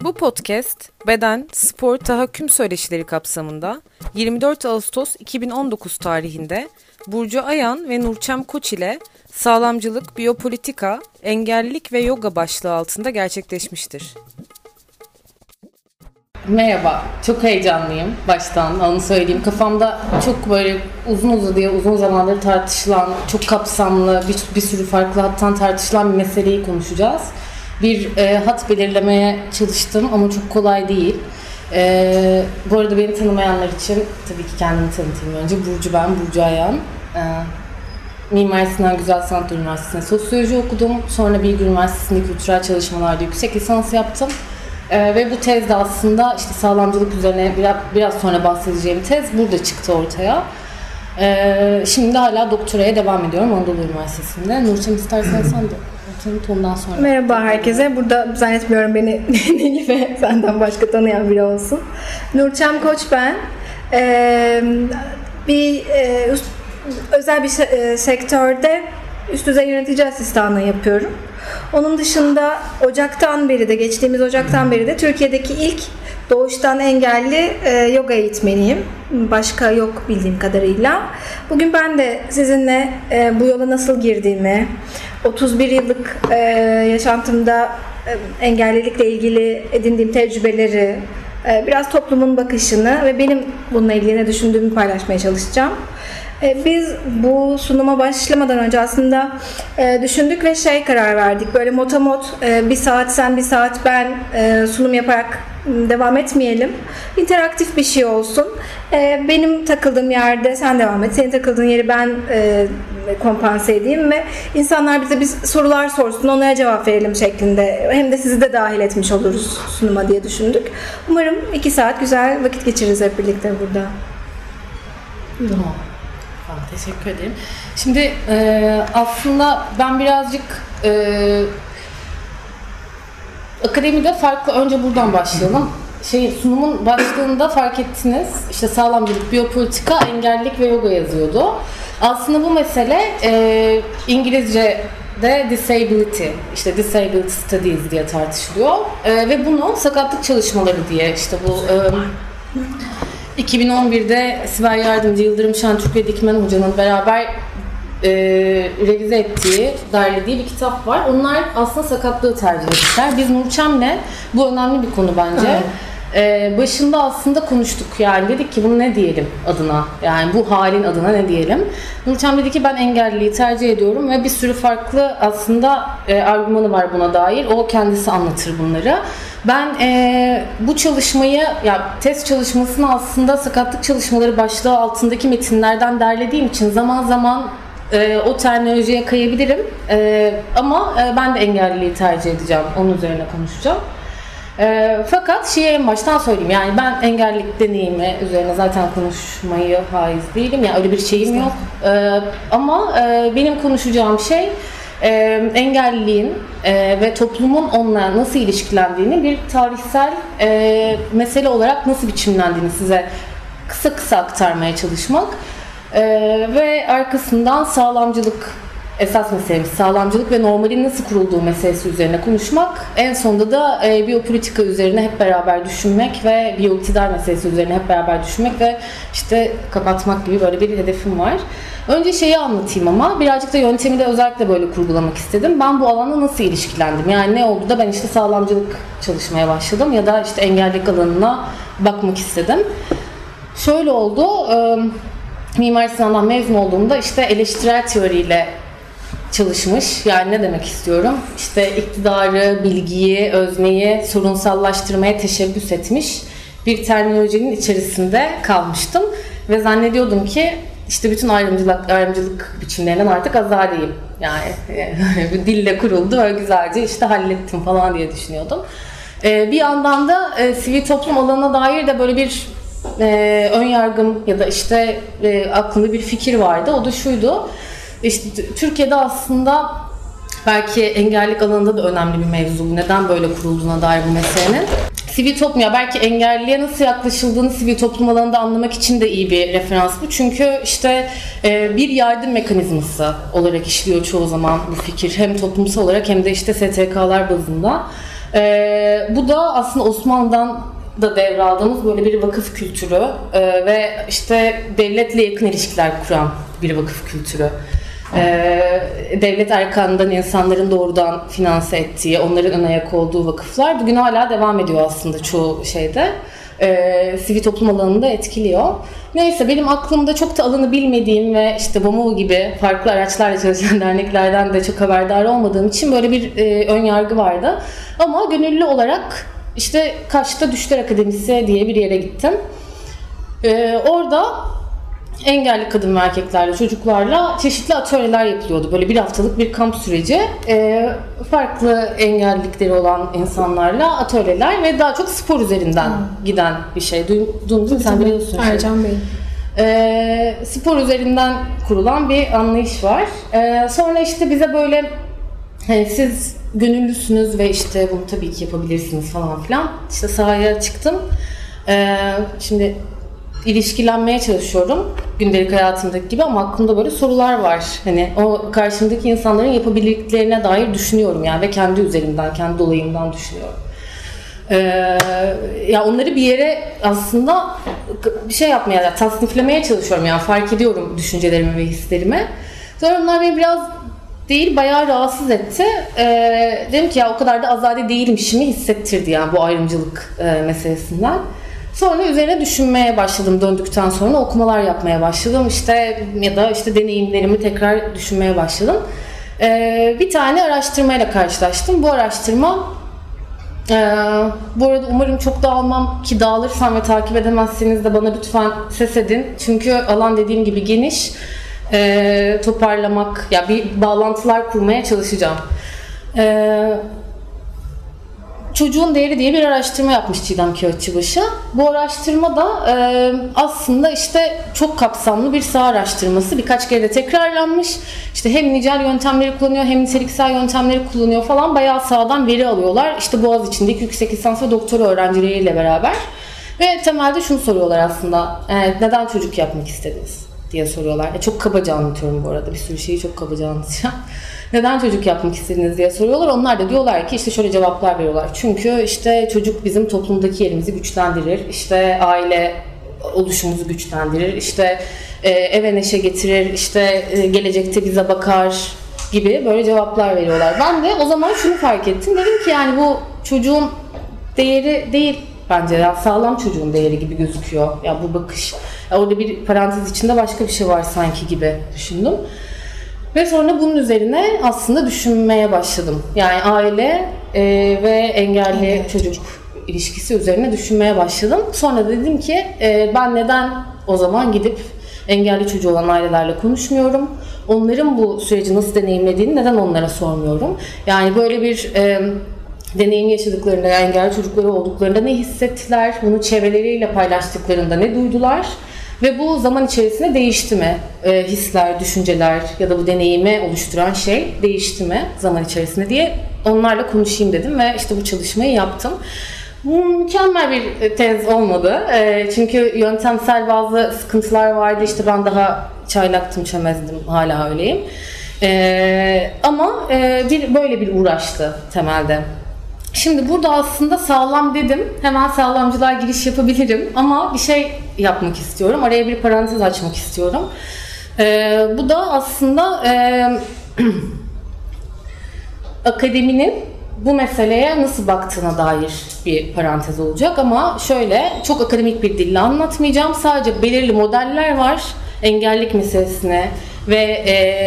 Bu podcast beden, spor, tahakküm söyleşileri kapsamında 24 Ağustos 2019 tarihinde Burcu Ayan ve Nurçem Koç ile sağlamcılık, biyopolitika, engellilik ve yoga başlığı altında gerçekleşmiştir. Merhaba, çok heyecanlıyım baştan onu söyleyeyim. Kafamda çok böyle uzun zamandır tartışılan, çok kapsamlı, bir sürü farklı hattan tartışılan bir meseleyi konuşacağız. Bir hat belirlemeye çalıştım ama çok kolay değil. Bu arada beni tanımayanlar için tabii ki kendimi tanıtayım önce. Burcu Ayan. Mimar Sinan Güzel Sanatlar Üniversitesi'nde sosyoloji okudum. Sonra Bilgi Üniversitesi'nde kültürel çalışmalarda yüksek lisans yaptım. Ve bu tez de aslında işte sağlamcılık üzerine biraz sonra bahsedeceğim tez burada çıktı ortaya. Şimdi hala doktoraya devam ediyorum Anadolu Üniversitesi'nde. Nurçem istersen sen de tanıt ondan sonra. Merhaba herkese. Burada zannetmiyorum beni Nilüfer ve senden başka tanıyan biri olsun. Nurçem Koç ben. Özel bir sektörde üst düzey yönetici asistanlığı yapıyorum. Onun dışında geçtiğimiz Ocak'tan beri de Türkiye'deki ilk doğuştan engelli yoga eğitmeniyim. Başka yok bildiğim kadarıyla. Bugün ben de sizinle bu yola nasıl girdiğimi, 31 yıllık yaşantımda engellilikle ilgili edindiğim tecrübeleri, biraz toplumun bakışını ve benim bununla ilgili ne düşündüğümü paylaşmaya çalışacağım. Biz bu sunuma başlamadan önce aslında düşündük ve karar verdik. Böyle motomot bir saat sen bir saat ben sunum yaparak devam etmeyelim. İnteraktif bir şey olsun. Benim takıldığım yerde sen devam et. Senin takıldığın yeri ben kompanse edeyim ve insanlar bize sorular sorsun, onlara cevap verelim şeklinde. Hem de sizi de dahil etmiş oluruz sunuma diye düşündük. Umarım 2 saat güzel vakit geçiririz hep birlikte burada. Tamam. Teşekkür ederim. Şimdi aslında ben birazcık akademide farklı, önce buradan başlayalım. Sunumun başlığında fark ettiniz, işte sağlamcılık, biyopolitika, engellilik ve yoga yazıyordu. Aslında bu mesele İngilizce'de disability, işte disability studies diye tartışılıyor. Ve bunu sakatlık çalışmaları diye işte bu 2011'de Sibel Yardımcı, Yıldırım Şentürk ve Dikmen Hoca'nın beraber revize ettiği, derlediği bir kitap var. Onlar aslında sakatlığı tercih etmişler. Biz Nurçem'le, bu önemli bir konu bence. Başında aslında konuştuk, yani dedik ki bunu ne diyelim adına, yani bu halin adına ne diyelim. Nurçem dedi ki ben engelliliği tercih ediyorum ve bir sürü farklı aslında argümanı var buna dair. O kendisi anlatır bunları. Ben bu çalışmayı, test çalışmasını aslında sakatlık çalışmaları başlığı altındaki metinlerden derlediğim için zaman zaman o terminolojiye kayabilirim. Ama ben de engelliliği tercih edeceğim, onun üzerine konuşacağım. Fakat en baştan söyleyeyim, yani ben engellilik deneyimi üzerine zaten konuşmayı haiz değilim, yani öyle bir şeyim yok. Ama benim konuşacağım şey engelliliğin ve toplumun onunla nasıl ilişkilendiğini, bir tarihsel mesele olarak nasıl biçimlendiğini size kısa aktarmaya çalışmak ve arkasından sağlamcılık, esas meselemiz sağlamcılık ve normalin nasıl kurulduğu meselesi üzerine konuşmak. En sonunda da biyopolitika üzerine hep beraber düşünmek ve biyoiktidar meselesi üzerine hep beraber düşünmek ve işte kapatmak gibi böyle bir hedefim var. Önce anlatayım ama birazcık da yöntemi de özellikle böyle kurgulamak istedim. Ben bu alana nasıl ilişkilendim? Yani ne oldu da ben işte sağlamcılık çalışmaya başladım ya da işte engellilik alanına bakmak istedim. Şöyle oldu. Mimar Sinan'dan mezun olduğumda işte eleştirel teoriyle çalışmış. Yani ne demek istiyorum? İşte iktidarı, bilgiyi, özneyi sorunsallaştırmaya teşebbüs etmiş bir terminolojinin içerisinde kalmıştım. Ve zannediyordum ki işte bütün ayrımcılık biçimlerinden artık azadeyim. Yani dille kuruldu ve güzelce işte hallettim falan diye düşünüyordum. Bir yandan da sivil toplum alanına dair de böyle bir ön yargım ya da işte aklımda bir fikir vardı. O da şuydu. İşte Türkiye'de aslında belki engellilik alanında da önemli bir mevzu. Neden böyle kurulduğuna dair bu meselenin. Sivil toplum, belki engelliliğe nasıl yaklaşıldığını sivil toplum alanında anlamak için de iyi bir referans bu. Çünkü işte bir yardım mekanizması olarak işliyor çoğu zaman bu fikir. Hem toplumsal olarak hem de işte STK'lar bazında. Bu da aslında Osmanlı'dan da devraldığımız böyle bir vakıf kültürü ve işte devletle yakın ilişkiler kuran bir vakıf kültürü. Devlet erkanından insanların doğrudan finanse ettiği, onların ön ayak olduğu vakıflar bugün hala devam ediyor aslında çoğu şeyde. Sivil toplum alanında etkiliyor. Neyse, benim aklımda çok da alanı bilmediğim ve işte BOMOV gibi farklı araçlarla çalışan derneklerden de çok haberdar olmadığım için böyle bir ön yargı vardı. Ama gönüllü olarak işte Kaş'ta Düşler Akademisi diye bir yere gittim. Orada engelli kadın ve erkeklerle, çocuklarla çeşitli atölyeler yapılıyordu. Böyle bir haftalık bir kamp süreci. Farklı engellilikleri olan insanlarla atölyeler ve daha çok spor üzerinden giden bir şey. Duydun mu? Sen biliyorsun. Ercan Bey. Spor üzerinden kurulan bir anlayış var. Sonra işte bize böyle hani siz gönüllüsünüz ve işte bunu tabii ki yapabilirsiniz falan filan. İşte sahaya çıktım. Şimdi ilişkilenmeye çalışıyorum gündelik hayatımdaki gibi ama aklımda böyle sorular var. Hani o karşımdaki insanların yapabildiklerine dair düşünüyorum yani ve kendi üzerimden, kendi dolayımdan düşünüyorum. Ya onları bir yere aslında bir şey yapmaya, tasniflemeye çalışıyorum yani fark ediyorum düşüncelerimi ve hislerimi. Sonra onlar beni biraz değil bayağı rahatsız etti. Dedim ki ya o kadar da azade değilmişimi hissettirdi yani bu ayrımcılık meselesinden. Sonra üzerine düşünmeye başladım döndükten sonra okumalar yapmaya başladım işte ya da işte deneyimlerimi tekrar düşünmeye başladım. Bir tane araştırmayla karşılaştım. Bu araştırma bu arada umarım çok dağılmam ki dağılırsam ve takip edemezseniz de bana lütfen ses edin. Çünkü alan dediğim gibi geniş. Toparlamak ya bir bağlantılar kurmaya çalışacağım. Çocuğun Değeri diye bir araştırma yapmış Çiğdem Kağıtçıbaşı. Bu araştırma da aslında işte çok kapsamlı bir saha araştırması. Birkaç kere de tekrarlanmış. İşte hem nicel yöntemleri kullanıyor hem niteliksel yöntemleri kullanıyor falan. Bayağı sahadan veri alıyorlar. İşte Boğaziçi'ndeki yüksek lisans ve doktora öğrencileriyle beraber. Ve temelde şunu soruyorlar aslında. Neden çocuk yapmak istediniz diye soruyorlar. Çok kabaca anlatıyorum bu arada. Bir sürü şeyi çok kabaca anlatacağım. Neden çocuk yapmak istediniz diye soruyorlar. Onlar da diyorlar ki işte şöyle cevaplar veriyorlar. Çünkü işte çocuk bizim toplumdaki yerimizi güçlendirir. İşte aile oluşumuzu güçlendirir. İşte eve neşe getirir. İşte gelecekte bize bakar gibi böyle cevaplar veriyorlar. Ben de o zaman şunu fark ettim. Dedim ki yani bu çocuğun değeri değil bence ya sağlam çocuğun değeri gibi gözüküyor. Ya bu bakış. Ya orada bir parantez içinde başka bir şey var sanki gibi düşündüm. Ve sonra bunun üzerine aslında düşünmeye başladım. Yani aile ve engelli çocuk ilişkisi üzerine düşünmeye başladım. Sonra da dedim ki ben neden o zaman gidip engelli çocuğu olan ailelerle konuşmuyorum? Onların bu süreci nasıl deneyimlediğini neden onlara sormuyorum? Yani böyle bir deneyim yaşadıklarında, engelli çocukları olduklarında ne hissettiler? Bunu çevreleriyle paylaştıklarında ne duydular? Ve bu zaman içerisinde değişti mi? Hisler, düşünceler ya da bu deneyimi oluşturan şey değişti mi zaman içerisinde diye onlarla konuşayım dedim ve işte bu çalışmayı yaptım. Mükemmel bir tez olmadı. Çünkü yöntemsel bazı sıkıntılar vardı. İşte ben daha çaylaktım, çömezdim. Hala öyleyim. Ama böyle bir uğraştı temelde. Şimdi burada aslında sağlam dedim. Hemen sağlamcılığa giriş yapabilirim. Ama bir şey yapmak istiyorum. Araya bir parantez açmak istiyorum. Bu da aslında akademinin bu meseleye nasıl baktığına dair bir parantez olacak. Ama şöyle, çok akademik bir dille anlatmayacağım. Sadece belirli modeller var. Engellilik meselesine ve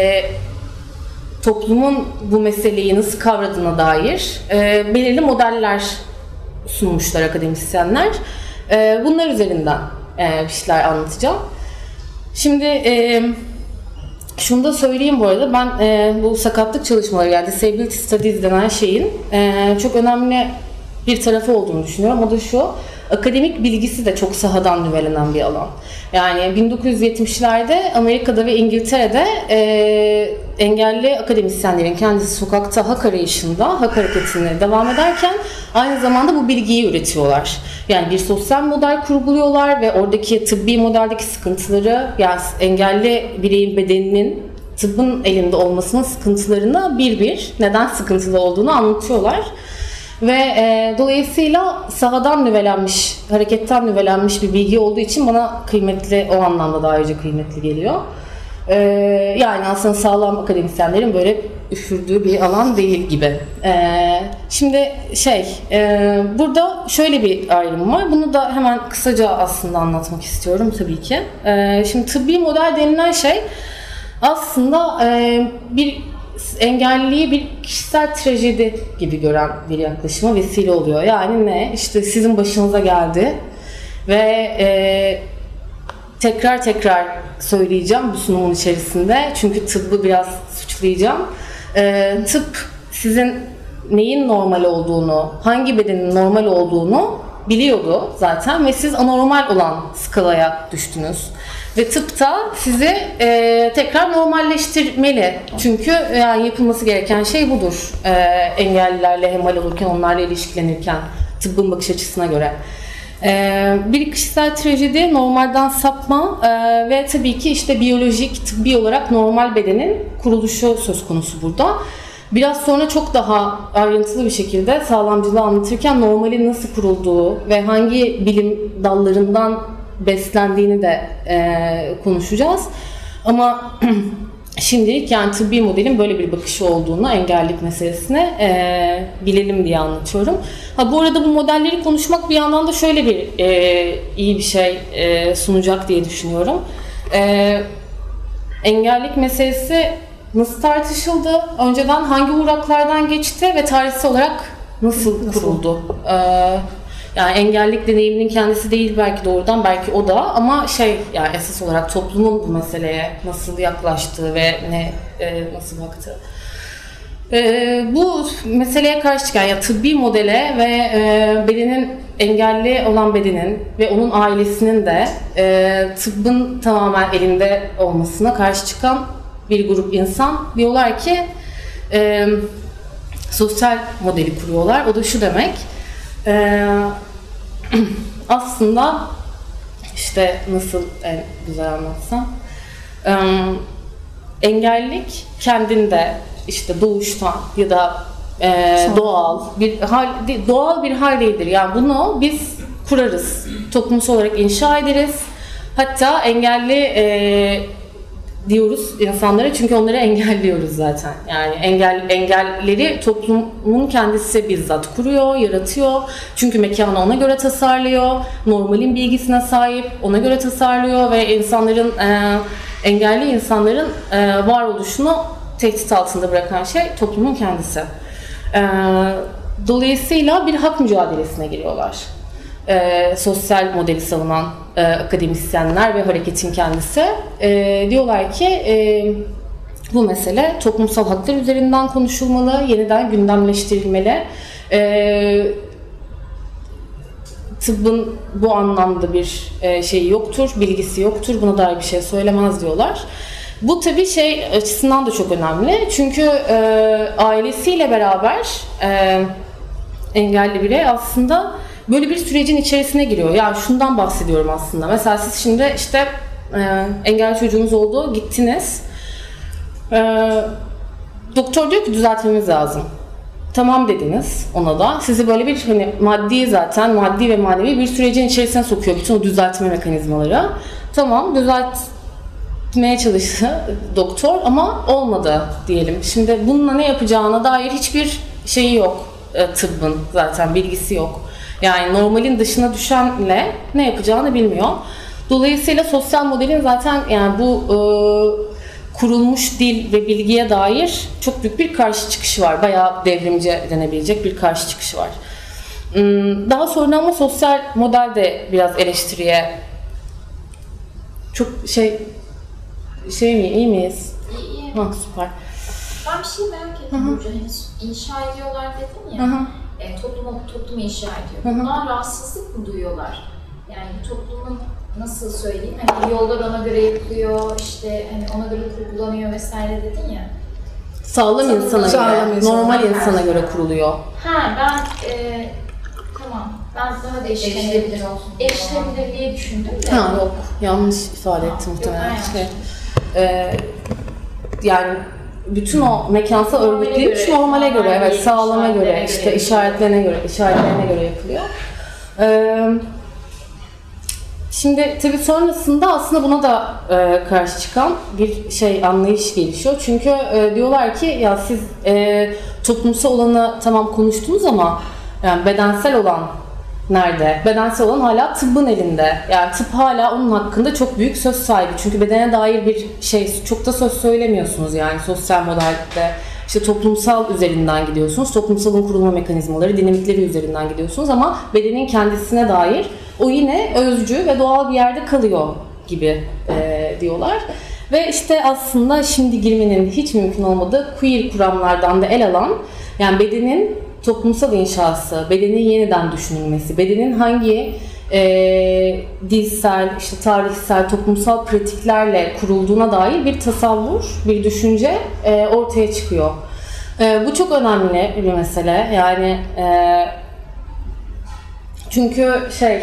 toplumun bu meseleyi nasıl kavradığına dair belirli modeller sunmuşlar akademisyenler. Bunlar üzerinden bir şeyler anlatacağım. Şimdi şunu da söyleyeyim bu arada, ben bu sakatlık çalışmaları yani Disability Studies denen şeyin çok önemli bir tarafı olduğunu düşünüyorum. O da şu, akademik bilgisi de çok sahadan nüvelenen bir alan. Yani 1970'lerde Amerika'da ve İngiltere'de engelli akademisyenlerin kendisi sokakta hak arayışında, hak hareketine devam ederken aynı zamanda bu bilgiyi üretiyorlar. Yani bir sosyal model kurguluyorlar ve oradaki tıbbi modeldeki sıkıntıları, yani engelli bireyin bedeninin tıbbın elinde olmasının sıkıntılarını bir neden sıkıntılı olduğunu anlatıyorlar. Ve dolayısıyla sahadan nüvelenmiş, hareketten nüvelenmiş bir bilgi olduğu için bana kıymetli, o anlamda da ayrıca kıymetli geliyor. Yani aslında sağlam akademisyenlerin böyle üfürdüğü bir alan değil gibi. Şimdi burada şöyle bir ayrım var. Bunu da hemen kısaca aslında anlatmak istiyorum tabii ki. Şimdi tıbbi model denilen şey aslında bir engelliliği bir kişisel trajedi gibi gören bir yaklaşıma vesile oluyor. Yani ne? İşte sizin başınıza geldi ve tekrar söyleyeceğim bu sunumun içerisinde. Çünkü tıbbı biraz suçlayacağım. Tıp sizin neyin normal olduğunu, hangi bedenin normal olduğunu biliyordu zaten ve siz anormal olan skalaya düştünüz. Ve tıp da sizi tekrar normalleştirmeli. Çünkü yani yapılması gereken şey budur. Engellilerle hemhal olurken, onlarla ilişkilenirken tıbbın bakış açısına göre. Bir kişisel trajedi, normalden sapma ve tabii ki işte biyolojik, tıbbi olarak normal bedenin kuruluşu söz konusu burada. Biraz sonra çok daha ayrıntılı bir şekilde sağlamcılığı anlatırken normalin nasıl kurulduğu ve hangi bilim dallarından beslendiğini de konuşacağız. Ama şimdilik yani tıbbi modelin böyle bir bakışı olduğunu, engellilik meselesine bilelim diye anlatıyorum. Bu arada bu modelleri konuşmak bir yandan da şöyle bir iyi bir şey sunacak diye düşünüyorum. Engellilik meselesi nasıl tartışıldı? Önceden hangi uğraklardan geçti ve tarihsel olarak nasıl kuruldu? Yani engellilik deneyiminin kendisi değil belki doğrudan, belki o da, ama yani esas olarak toplumun bu meseleye nasıl yaklaştığı ve nasıl baktığı. Bu meseleye karşı çıkan ya tıbbi modele ve bedenin engelli olan bedenin ve onun ailesinin de tıbbın tamamen elinde olmasına karşı çıkan bir grup insan diyorlar ki sosyal modeli kuruyorlar. O da şu demek. Aslında işte nasıl en güzel anlatsam, engellilik kendinde işte doğuştan ya da doğal bir hal değildir. Yani bunu biz kurarız, toplumsal olarak inşa ederiz. Hatta engelli diyoruz insanlara çünkü onları engelliyoruz zaten. Yani engelleri toplumun kendisi bizzat kuruyor, yaratıyor. Çünkü mekanı ona göre tasarlıyor. Normalin bilgisine sahip, ona göre tasarlıyor ve engelli insanların varoluşunu tehdit altında bırakan şey toplumun kendisi. Dolayısıyla bir hak mücadelesine giriyorlar. Sosyal modeli savunan akademisyenler ve hareketin kendisi diyorlar ki bu mesele toplumsal haklar üzerinden konuşulmalı, yeniden gündemleştirilmeli. Tıbbın bu anlamda bir şeyi yoktur, bilgisi yoktur, buna dair bir şey söylemez diyorlar. Bu tabii açısından da çok önemli çünkü ailesiyle beraber engelli birey aslında böyle bir sürecin içerisine giriyor. Yani şundan bahsediyorum aslında. Mesela siz şimdi işte engelli çocuğunuz oldu, gittiniz. Doktor diyor ki düzeltmemiz lazım. Tamam dediniz ona da. Sizi böyle bir maddi ve manevi bir sürecin içerisine sokuyor bütün o düzeltme mekanizmaları. Tamam, düzeltmeye çalıştı doktor ama olmadı diyelim. Şimdi bununla ne yapacağına dair hiçbir şeyi yok tıbbın, zaten bilgisi yok. Yani normalin dışına düşenle ne yapacağını bilmiyor. Dolayısıyla sosyal modelin zaten yani bu kurulmuş dil ve bilgiye dair çok büyük bir karşı çıkışı var. Bayağı devrimci denebilecek bir karşı çıkışı var. Daha sonra ama sosyal model de biraz eleştiriye çok iyi miyiz? İyi. Süper. Ben bir şey merak ettim Burcu. Hani inşa ediyorlar dedin ya. Toplumu inşa ediyor. Bundan rahatsızlık mı duyuyorlar? Yani toplumun nasıl söyleyeyim? Hani yollar ona göre yapılıyor, işte hani ona göre kurgulanıyor vesaire dedin ya. Sağlam insana göre, normal insana göre kuruluyor. Ben tamam. Ben daha da erişilebilir olsun. Erişilebilir diye düşündüm de. Yok. Yanlış ifade ettim muhtemelen. Yani bütün o mekansal örgütlenmiş normale göre, evet, sağlama göre, işte işaretlerine göre yapılıyor. Şimdi tabii sonrasında aslında buna da karşı çıkan bir anlayış gelişiyor. Çünkü diyorlar ki ya siz toplumsal olanı tamam konuştunuz ama yani bedensel olan nerede? Bedensel olan hala tıbbın elinde. Yani tıp hala onun hakkında çok büyük söz sahibi. Çünkü bedene dair bir çok da söz söylemiyorsunuz yani sosyal modelde. İşte toplumsal üzerinden gidiyorsunuz. Toplumsalın kurulma mekanizmaları, dinamikleri üzerinden gidiyorsunuz ama bedenin kendisine dair o yine özcü ve doğal bir yerde kalıyor gibi diyorlar. Ve işte aslında şimdi girmenin hiç mümkün olmadığı queer kuramlardan da el alan, yani bedenin toplumsal inşası, bedenin yeniden düşünülmesi, bedenin hangi dilsel, işte tarihsel, toplumsal pratiklerle kurulduğuna dair bir tasavvur, bir düşünce ortaya çıkıyor. Bu çok önemli bir mesele. Yani çünkü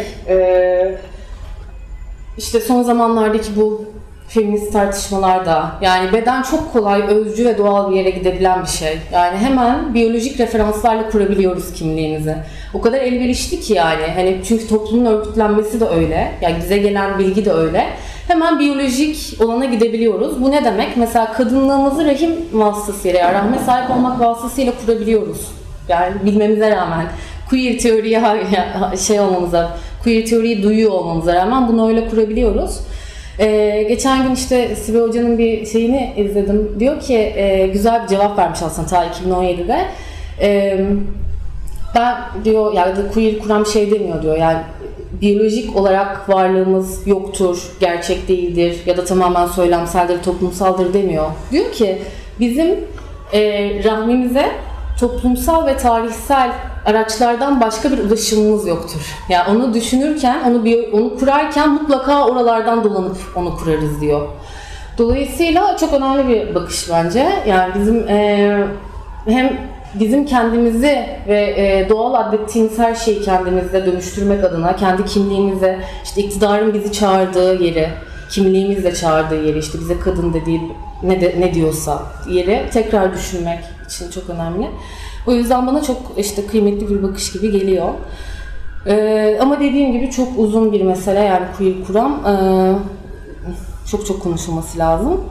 işte son zamanlardaki bu feminist tartışmalarda yani beden çok kolay, özcü ve doğal bir yere gidebilen bir şey. Yani hemen biyolojik referanslarla kurabiliyoruz kimliğimizi. O kadar elverişli ki yani. Hani çünkü toplumun örgütlenmesi de öyle. Yani bize gelen bilgi de öyle. Hemen biyolojik olana gidebiliyoruz. Bu ne demek? Mesela kadınlığımızı rahim vasıtasıyla, yani rahme sahip olmak vasıtasıyla kurabiliyoruz. Yani bilmemize rağmen. Queer teoriye queer teoriyi duyuyor olmamıza rağmen bunu öyle kurabiliyoruz. Geçen gün işte Sibel Hoca'nın bir şeyini izledim. Diyor ki güzel bir cevap vermiş aslında ta 2017'de. Ben diyor yani queer kuram demiyor diyor. Yani biyolojik olarak varlığımız yoktur, gerçek değildir ya da tamamen söylemseldir, toplumsaldır demiyor. Diyor ki bizim rahmimize toplumsal ve tarihsel araçlardan başka bir ulaşımımız yoktur. Yani onu düşünürken, onu kurarken mutlaka oralardan dolanıp onu kurarız diyor. Dolayısıyla çok önemli bir bakış bence. Yani bizim hem bizim kendimizi ve doğal adettiğimiz her şeyi kendimizde dönüştürmek adına, kendi kimliğimize, işte iktidarın bizi çağırdığı yeri, kimliğimizle çağırdığı yeri, işte bize kadın dediği ne diyorsa yeri tekrar düşünmek için çok önemli. O yüzden bana çok işte kıymetli bir bakış gibi geliyor. Ama dediğim gibi çok uzun bir mesele, yani queer kuram çok konuşulması lazım.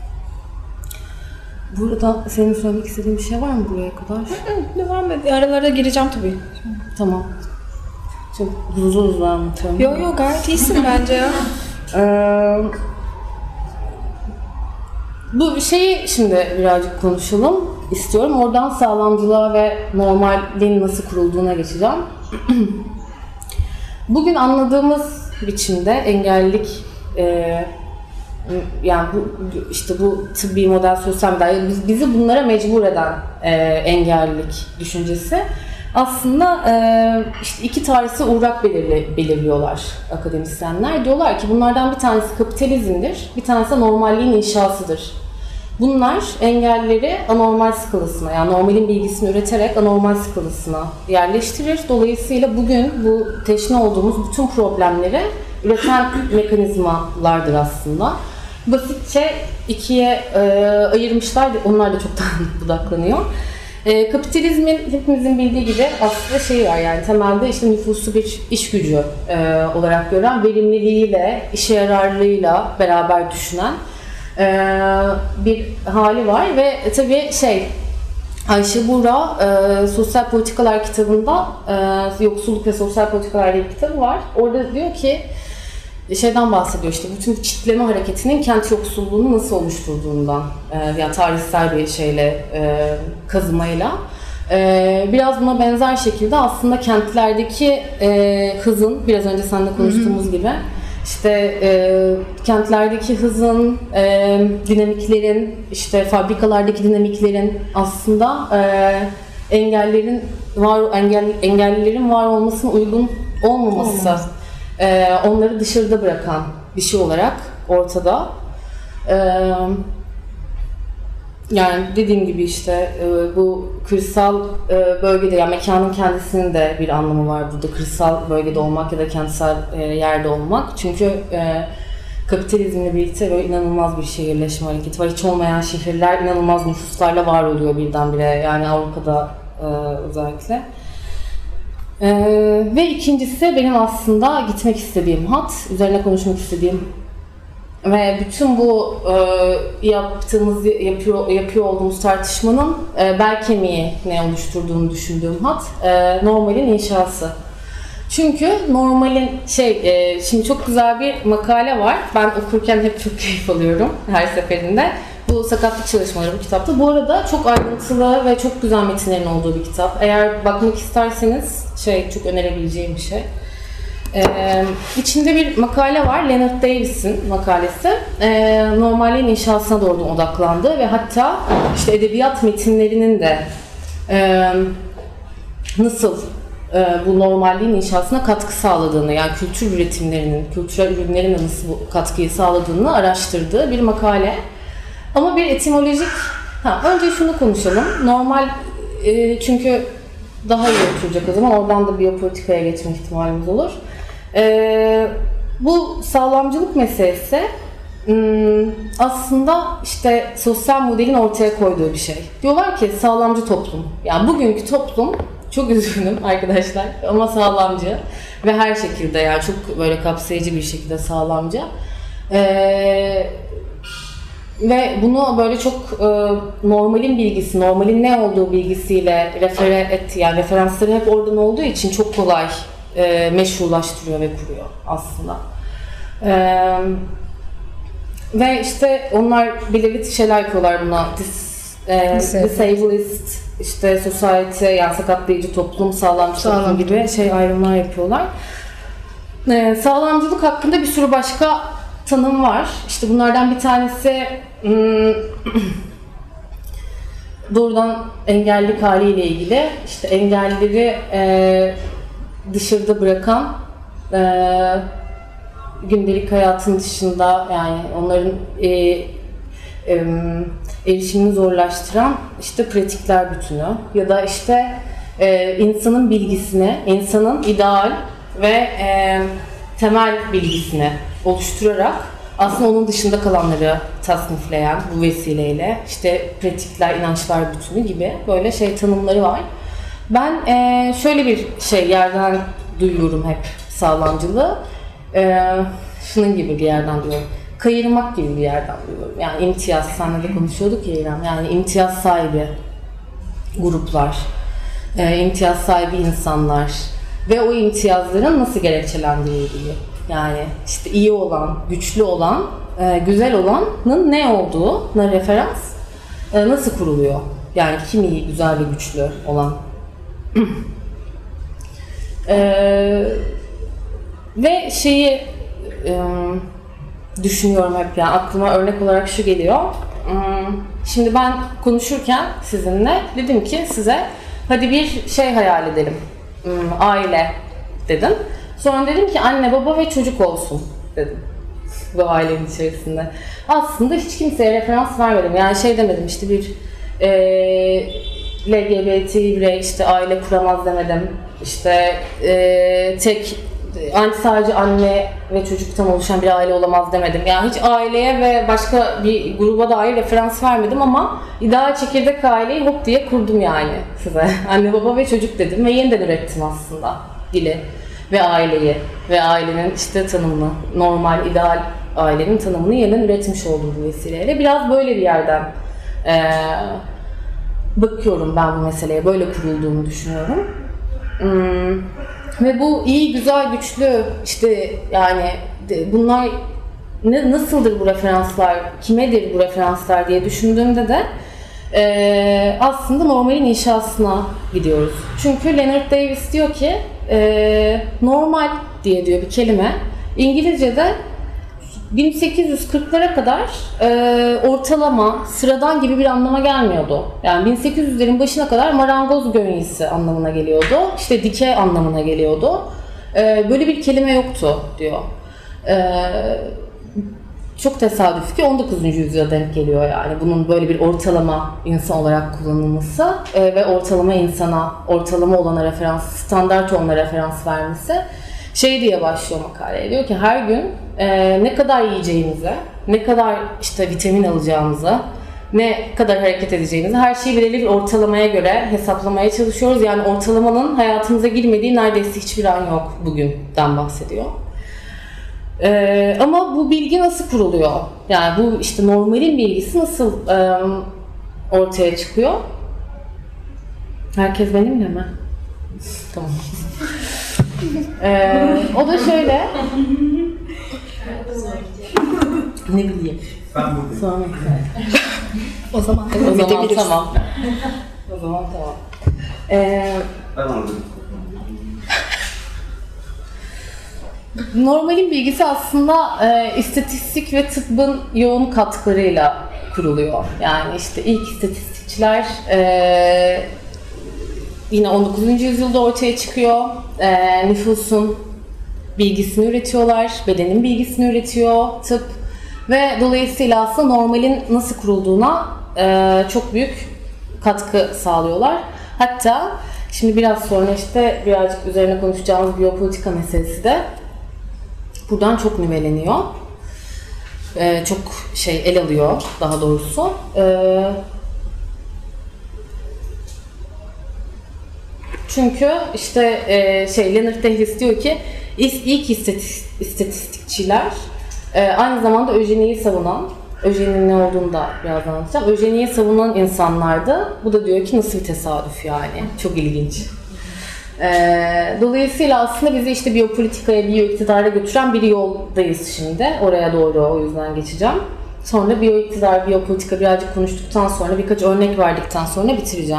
Burada senin söylemek istediğin bir şey var mı buraya kadar? Devam et. Aralara gireceğim tabii. Tamam. Çok uzun anlatıyorum. Yok gayet iyisin bence ya. Bu şeyi şimdi birazcık konuşalım istiyorum. Oradan sağlamcılığa ve normalliğin nasıl kurulduğuna geçeceğim. Bugün anladığımız biçimde engellilik, yani bu tıbbi model, sosyal model, bizi bunlara mecbur eden engellilik düşüncesi aslında işte iki tarihsel uğrak belirliyorlar akademisyenler. Diyorlar ki bunlardan bir tanesi kapitalizmdir, bir tanesi de normalliğin inşasıdır. Bunlar engellileri anormal skalasına, yani normalin bilgisini üreterek anormal skalasına yerleştirir. Dolayısıyla bugün bu teşne olduğumuz bütün problemleri üreten mekanizmalardır aslında. Basitçe ikiye ayırmışlar, onlar da çoktan budaklanıyor. Kapitalizmin hepimizin bildiği gibi aslında var, yani temelde işte nüfusu bir iş gücü olarak gören, verimliliğiyle, işe yararlılığıyla beraber düşünen bir hali var ve tabii Ayşe Buğra Sosyal Politikalar kitabında Yoksulluk ve Sosyal Politikalar diye bir kitabı var. Orada diyor ki bahsediyor, işte bütün çitleme hareketinin kent yoksulluğunu nasıl oluşturduğundan, yani tarihsel bir kazımayla. Biraz buna benzer şekilde aslında kentlerdeki hızın, biraz önce seninle konuştuğumuz gibi, işte kentlerdeki hızın, dinamiklerin, işte fabrikalardaki dinamiklerin aslında engellilerin var olmasına uygun olmaması, onları dışarıda bırakan bir şey olarak ortada. Yani dediğim gibi işte bu kırsal bölgede, yani mekanın kendisinin de bir anlamı var burada. Kırsal bölgede olmak ya da kentsel yerde olmak. Çünkü kapitalizmle birlikte böyle inanılmaz bir şehirleşme hareketi var. Hiç olmayan şehirler inanılmaz nüfuslarla var oluyor birdenbire. Yani Avrupa'da özellikle. Ve ikincisi benim aslında gitmek istediğim hat, üzerine konuşmak istediğim ve bütün bu yapıyor olduğumuz tartışmanın bel kemiği ne oluşturduğunu düşündüğüm hat, normalin inşası. Çünkü normalin şimdi çok güzel bir makale var. Ben okurken hep çok keyif alıyorum her seferinde. Bu sakatlık çalışmaları bu kitapta. Bu arada çok ayrıntılı ve çok güzel metinlerin olduğu bir kitap. Eğer bakmak isterseniz çok önerebileceğim bir şey. İçinde bir makale var. Leonard Davis'in makalesi. Normalin inşasına doğru odaklandı ve hatta işte edebiyat metinlerinin de nasıl bu normalliğin inşasına katkı sağladığını, yani kültür üretimlerinin, kültürel ürünlerin nasıl bu katkıyı sağladığını araştırdığı bir makale. Ama bir etimolojik, önce şunu konuşalım. Normal, çünkü daha iyi oturacak o zaman, oradan da biyopolitikaya geçme ihtimalimiz olur. Bu sağlamcılık meselesi aslında işte sosyal modelin ortaya koyduğu bir şey. Diyorlar ki sağlamcı toplum. Yani bugünkü toplum, çok üzgünüm arkadaşlar ama sağlamcı ve her şekilde, yani çok böyle kapsayıcı bir şekilde sağlamcı. Ve bunu böyle çok normalin bilgisi, normalin ne olduğu bilgisiyle yani referansları hep oradan olduğu için çok kolay meşrulaştırıyor ve kuruyor aslında. Ve işte onlar belirli şeyler yapıyorlar buna. Disableist, işte society, yani sakatlayıcı toplum, sağlamcı toplum gibi ayrımlar yapıyorlar. Sağlamcılık hakkında bir sürü başka tanım var. İşte bunlardan bir tanesi doğrudan engellilik haliyle ilgili. İşte engellileri dışarıda bırakan, gündelik hayatın dışında, yani onların erişimini zorlaştıran işte pratikler bütünü ya da işte insanın bilgisini, insanın ideal ve temel bilgisini oluşturarak aslında onun dışında kalanları tasnifleyen bu vesileyle işte pratikler, inançlar bütünü gibi böyle tanımları var. Ben şöyle bir yerden duyuyorum hep sağlamcılığı. Şunun gibi bir yerden duyuyorum. Kayırmak gibi bir yerden duyuyorum. Yani imtiyaz, seninle de konuşuyorduk ya İrem. Yani imtiyaz sahibi gruplar, imtiyaz sahibi insanlar ve o imtiyazların nasıl gerekçelendirildiği. Yani işte iyi olan, güçlü olan, güzel olanın ne olduğuna referans nasıl kuruluyor? Yani kim iyi, güzel ve güçlü olan. Ve düşünüyorum hep, yani aklıma örnek olarak şu geliyor. Şimdi ben konuşurken sizinle dedim ki size hadi bir hayal edelim. Aile dedim. Sonra dedim ki anne, baba ve çocuk olsun dedim. Bu ailenin içerisinde. Aslında hiç kimseye referans vermedim. Yani demedim işte bir LGBT birey işte aile kuramaz demedim. İşte sadece anne ve çocuktan oluşan bir aile olamaz demedim. Yani hiç aileye ve başka bir gruba dair referans vermedim ama ideal çekirdek aileyi hop diye kurdum yani size. Anne, baba ve çocuk dedim ve yeniden ürettim aslında dili ve aileyi ve ailenin işte tanımını, normal, ideal ailenin tanımını yeniden üretmiş oldum bu vesileyle. Biraz böyle bir yerden bakıyorum ben bu meseleye, böyle kurulduğunu düşünüyorum. Ve bu iyi, güzel, güçlü işte yani bunlar nasıldır bu referanslar, kimedir bu referanslar diye düşündüğümde de aslında normalin inşasına gidiyoruz. Çünkü Leonard Davis diyor ki normal diye diyor bir kelime İngilizce'de 1840'lara kadar ortalama, sıradan gibi bir anlama gelmiyordu. Yani 1800'lerin başına kadar marangoz gönyisi anlamına geliyordu. İşte dike anlamına geliyordu. Böyle bir kelime yoktu diyor. Çok tesadüf ki 19. yüzyıla denk geliyor yani. Bunun böyle bir ortalama insan olarak kullanılması ve ortalama insana, ortalama olana referans, standart olana referans vermesi. Şey diye başlıyor makaleye. Diyor ki her gün ne kadar yiyeceğimize, ne kadar işte vitamin alacağımıza, ne kadar hareket edeceğimizi her şeyi belirli bir ortalamaya göre hesaplamaya çalışıyoruz. Yani ortalamanın hayatımıza girmediği neredeyse hiçbir an yok, bugünden bahsediyor. Ama bu bilgi nasıl kuruluyor? Yani bu işte normalin bilgisi nasıl ortaya çıkıyor? Herkes benimle mi? Tamam. O da şöyle. Ne bileyim. Ben buradayım. Sonra O zaman o zaman edebiliriz. tamam. O zaman tamam. Ben oradayım. Normalin bilgisi aslında istatistik ve tıbbın yoğun katkılarıyla kuruluyor. Yani işte ilk istatistikçiler yine 19. yüzyılda ortaya çıkıyor. Nüfusun bilgisini üretiyorlar, bedenin bilgisini üretiyor tıp ve dolayısıyla aslında normalin nasıl kurulduğuna çok büyük katkı sağlıyorlar. Hatta şimdi biraz sonra işte birazcık üzerine konuşacağımız biyopolitika meselesi de buradan çok nüveleniyor. Çok el alıyor daha doğrusu. Çünkü işte Leonard Dehlis diyor ki ilk istatistikçiler aynı zamanda öjeniyi savunan, öjeninin ne olduğunu da birazdan anlatacağım. Öjeniyi savunan insanlardı. Bu da diyor ki nasıl bir tesadüf yani. Çok ilginç. Dolayısıyla aslında bizi işte biyopolitikaya, biyoiktidara götüren bir yoldayız şimdi. Oraya doğru o yüzden geçeceğim. Sonra biyoiktidar, biyopolitika birazcık konuştuktan sonra, birkaç örnek verdikten sonra bitireceğim.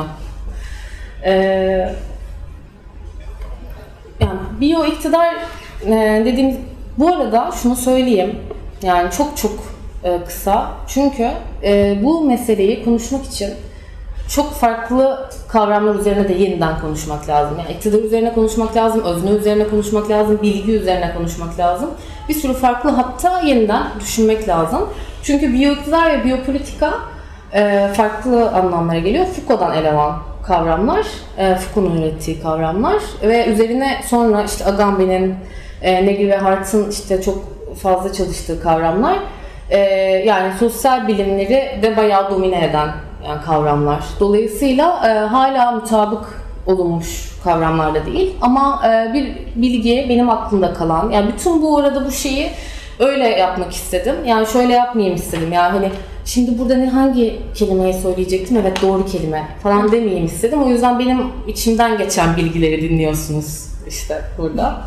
Yani biyoiktidar dediğimiz, bu arada şunu söyleyeyim, yani çok kısa. Çünkü bu meseleyi konuşmak için çok farklı kavramlar üzerine de yeniden konuşmak lazım. Yani iktidar üzerine konuşmak lazım, özne üzerine konuşmak lazım, bilgi üzerine konuşmak lazım. Bir sürü farklı hatta yeniden düşünmek lazım. Çünkü biyoiktidar ve biyopolitika farklı anlamlara geliyor. Foucault'dan ele alan kavramlar, Foucault'un ürettiği kavramlar ve üzerine sonra işte Agamben'in, Negri ve Hart'ın işte çok fazla çalıştığı kavramlar. Yani sosyal bilimleri de bayağı domine eden yani kavramlar. Dolayısıyla hala mutabık olunmuş kavramlar da değil. Ama bir bilgi benim aklımda kalan, yani bütün bu arada bu şeyi öyle yapmak istedim. Yani şöyle yapmayayım istedim. Yani hani şimdi burada hangi kelimeyi söyleyecektim? Evet, doğru kelime falan demeyeyim istedim. O yüzden benim içimden geçen bilgileri dinliyorsunuz işte burada.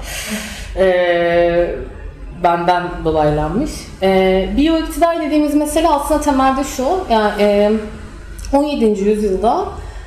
Benden dolaylanmış. Biyoiktidar dediğimiz mesele aslında temelde şu. Yani 17. yüzyılda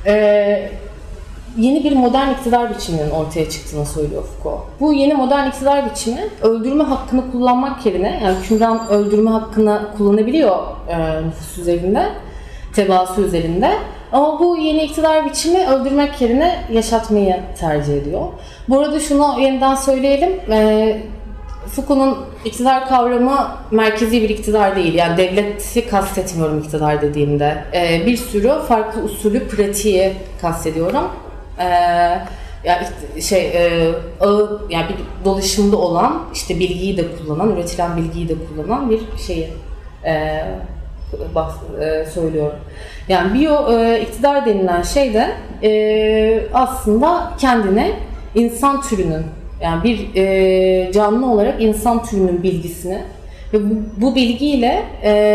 yeni bir modern iktidar biçiminin ortaya çıktığını söylüyor Foucault. Bu yeni modern iktidar biçimi öldürme hakkını kullanmak yerine, yani hükümran öldürme hakkını kullanabiliyor nüfus üzerinde, tebaası üzerinde. Ama bu yeni iktidar biçimi öldürmek yerine yaşatmayı tercih ediyor. Bu arada şunu yeniden söyleyelim. Foucault'un iktidar kavramı merkezi bir iktidar değil. Yani devleti kastetmiyorum iktidar dediğimde. Bir sürü farklı usulü, pratiği kastediyorum. Yani yani bir dolaşımda olan, işte bilgiyi de kullanan, üretilen bilgiyi de kullanan bir şeyi söylüyorum. Yani iktidar denilen şey de aslında kendine insan türünün, yani bir canlı olarak insan türünün bilgisini ve bu bilgiyle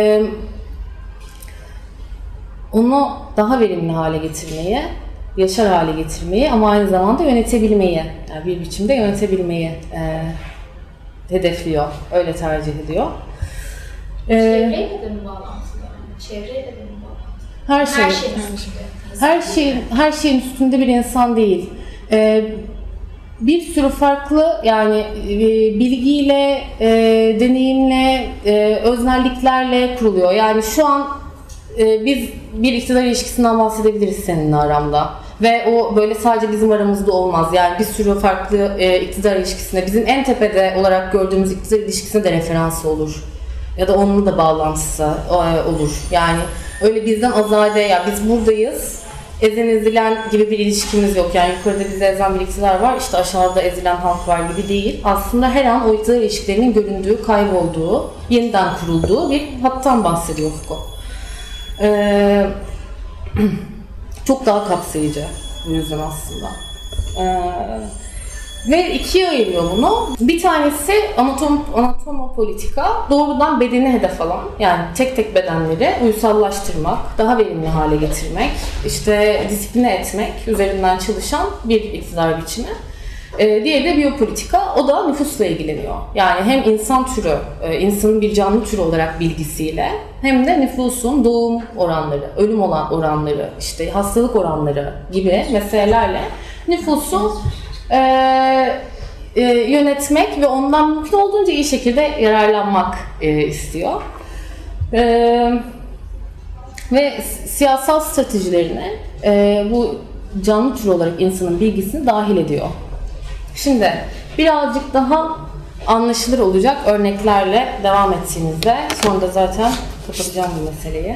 onu daha verimli hale getirmeyi, yaşar hale getirmeyi ama aynı zamanda yönetebilmeyi, yani bir biçimde yönetebilmeyi hedefliyor, öyle tercih ediyor. Çevreyle de mi bağlantılı yani? Çevreyle de mi bağlantılı? Her şeyin üstünde bir insan değil. Bir sürü farklı yani bilgiyle, deneyimle, öznelliklerle kuruluyor. Yani şu an biz bir iktidar ilişkisinden bahsedebiliriz seninle aramda. Ve o böyle sadece bizim aramızda olmaz. Yani bir sürü farklı iktidar ilişkisine, bizim en tepede olarak gördüğümüz iktidar ilişkisine de referansı olur. Ya da onunla da bağlantısı olur. Yani öyle bizden azade, ya biz buradayız. ezen ezilen gibi bir ilişkimiz yok. Yani yukarıda bizi ezen birlikteler var, işte aşağıda ezilen halk var gibi değil. Aslında her an o iktidar ilişkilerinin göründüğü, kaybolduğu, yeniden kurulduğu bir hattan bahsediyor Foucault. Çok daha kapsayıcı bu yüzden aslında. Ve ikiye ayırıyor bunu. Bir tanesi anatomopolitika, doğrudan bedeni hedef alan, yani tek tek bedenleri uysallaştırmak, daha verimli hale getirmek, işte disipline etmek üzerinden çalışan bir iktidar biçimi. Diğeri de biyopolitika, o da nüfusla ilgileniyor. Yani hem insan türü, insanın bir canlı türü olarak bilgisiyle hem de nüfusun doğum oranları, ölüm oranları, işte hastalık oranları gibi meselelerle nüfusu yönetmek ve ondan mümkün olduğunca iyi şekilde yararlanmak istiyor. Ve siyasal stratejilerine bu canlı tür olarak insanın bilgisini dahil ediyor. Şimdi birazcık daha anlaşılır olacak örneklerle devam ettiğimizde, sonra da zaten kapatacağım bu meseleyi.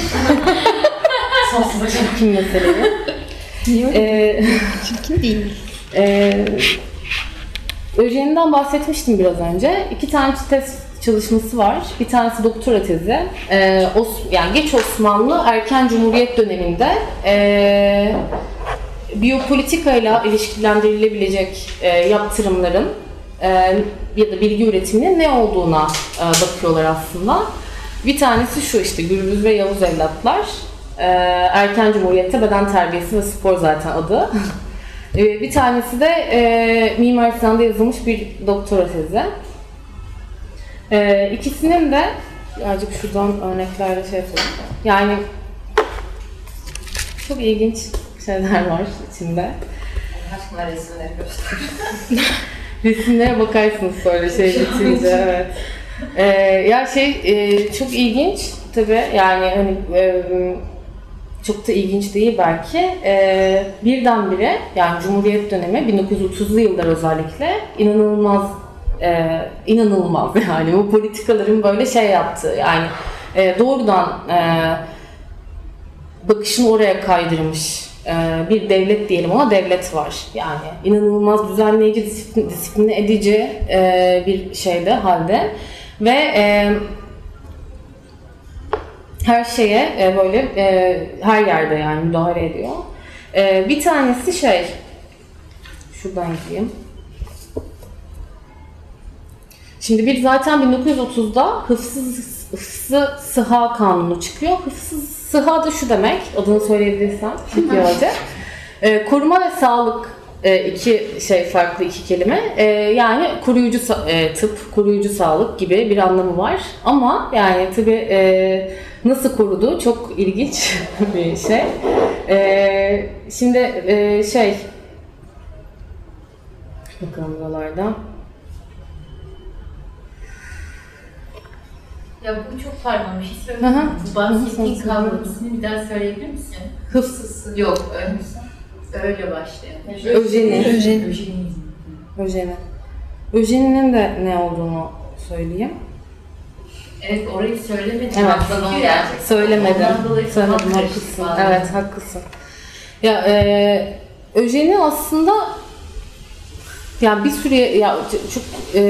Çirkin meseleyi. Çirkin değil. Öjen'den bahsetmiştim biraz önce. 2 tane tez çalışması var. Bir tanesi doktora tezi. Yani geç Osmanlı erken Cumhuriyet döneminde biyopolitikayla ilişkilendirilebilecek yaptırımların ya da bilgi üretiminin ne olduğuna bakıyorlar aslında. Bir tanesi şu, işte Gürbüz ve Yavuz evlatlar. Erken Cumhuriyet'te beden terbiyesi ve spor zaten adı. Bir tanesi de Mimar Sinan'da yazılmış bir doktora tezi. İkisinin de birazcık şuradan örneklerle şey yapalım. Yani çok ilginç şeyler var içinde. Aşkına resimleri göster. Resimlere bakarsınız sonra bitince, evet. Ya çok ilginç tabii, yani hani çok da ilginç değil belki. Birdenbire, yani Cumhuriyet dönemi 1930'lu yıllar özellikle inanılmaz yani bu politikaların böyle şey yaptığı, yani doğrudan bakışını oraya kaydırmış bir devlet diyelim, ona devlet var. Yani inanılmaz düzenleyici, disipline edici bir şeyde, halde ve her şeye böyle her yerde yani müdahale ediyor. Bir tanesi şuradan gideyim. Şimdi bir zaten 1930'da hıfzı sıha kanunu çıkıyor. Hıfzı sıha da şu demek, adını söyleyebilirsem yavaşça. Koruma ve sağlık, farklı iki kelime. Yani koruyucu tıp, koruyucu sağlık gibi bir anlamı var. Ama yani tabii nasıl koruduğu çok ilginç bir şey. Şimdi bakalım buralarda. Ya bu çok pardon, bir şey söyleyeyim. Bu bahsettiğin kavramın ismini bir daha söyleyebilir misin? Hıfzı. Yok, öyle başlayan. Öjen'in de ne olduğunu söyleyeyim. Evet, orayı söylemedim. Evet, söylemedim. Haklısın. Evet, haklısın. Ya Öjen'i aslında yani bir süre çok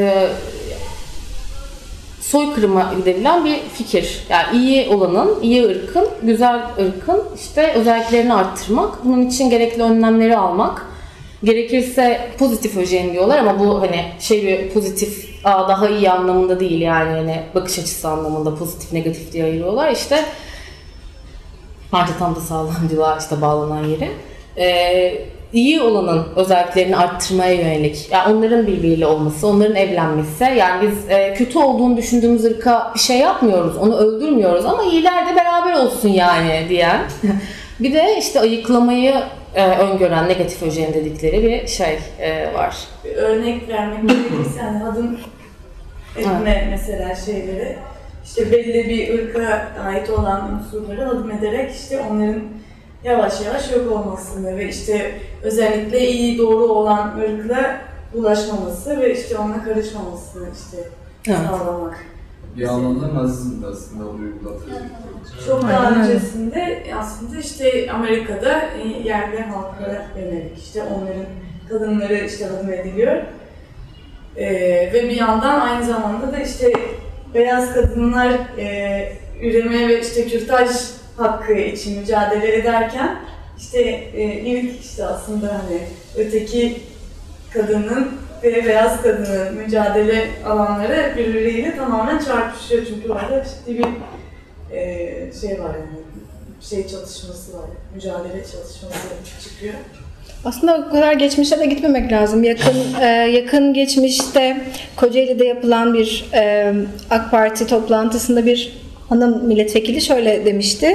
soykırıma gidebilen bir fikir. Yani iyi olanın, iyi ırkın, güzel ırkın işte özelliklerini arttırmak, bunun için gerekli önlemleri almak. Gerekirse pozitif öjen diyorlar ama bu hani bir pozitif daha iyi anlamında değil, yani hani bakış açısı anlamında pozitif negatif diye ayırıyorlar. İşte bence tam da sağlamcılığa işte bağlanan yeri. İyi olanın özelliklerini arttırmaya yönelik, yani onların birbiriyle olması, onların evlenmesi, yani biz kötü olduğunu düşündüğümüz ırka bir şey yapmıyoruz, onu öldürmüyoruz ama iyiler de beraber olsun yani diyen. Bir de işte ayıklamayı öngören negatif öjen dedikleri bir var. Bir örnek vermek gerekirse yani adım etme mesela şeyleri, işte belli bir ırka ait olan unsurları adım ederek işte onların yavaş yavaş yok olmasını ve işte özellikle iyi doğru olan ırkla bulaşmaması ve işte onunla karışmamasını sağlamak. Bir anlamda Nazizm de aslında o uyguladığı. Çok daha öncesinde aslında işte Amerika'da yerli halklara yönelik işte onların kadınları işte hadım ediliyor. Ve bir yandan aynı zamanda da işte beyaz kadınlar üreme ve işte kürtaj hakkı için mücadele ederken işte ilk işte aslında hani öteki kadının ve beyaz kadının mücadele alanları birbirleriyle tamamen çarpışıyor çünkü orada ciddi bir şey var yani şey çatışması var, mücadele çatışması çıkıyor. Aslında o kadar geçmişe de gitmemek lazım. Yakın geçmişte Kocaeli'de yapılan bir AK Parti toplantısında bir hanım milletvekili şöyle demişti.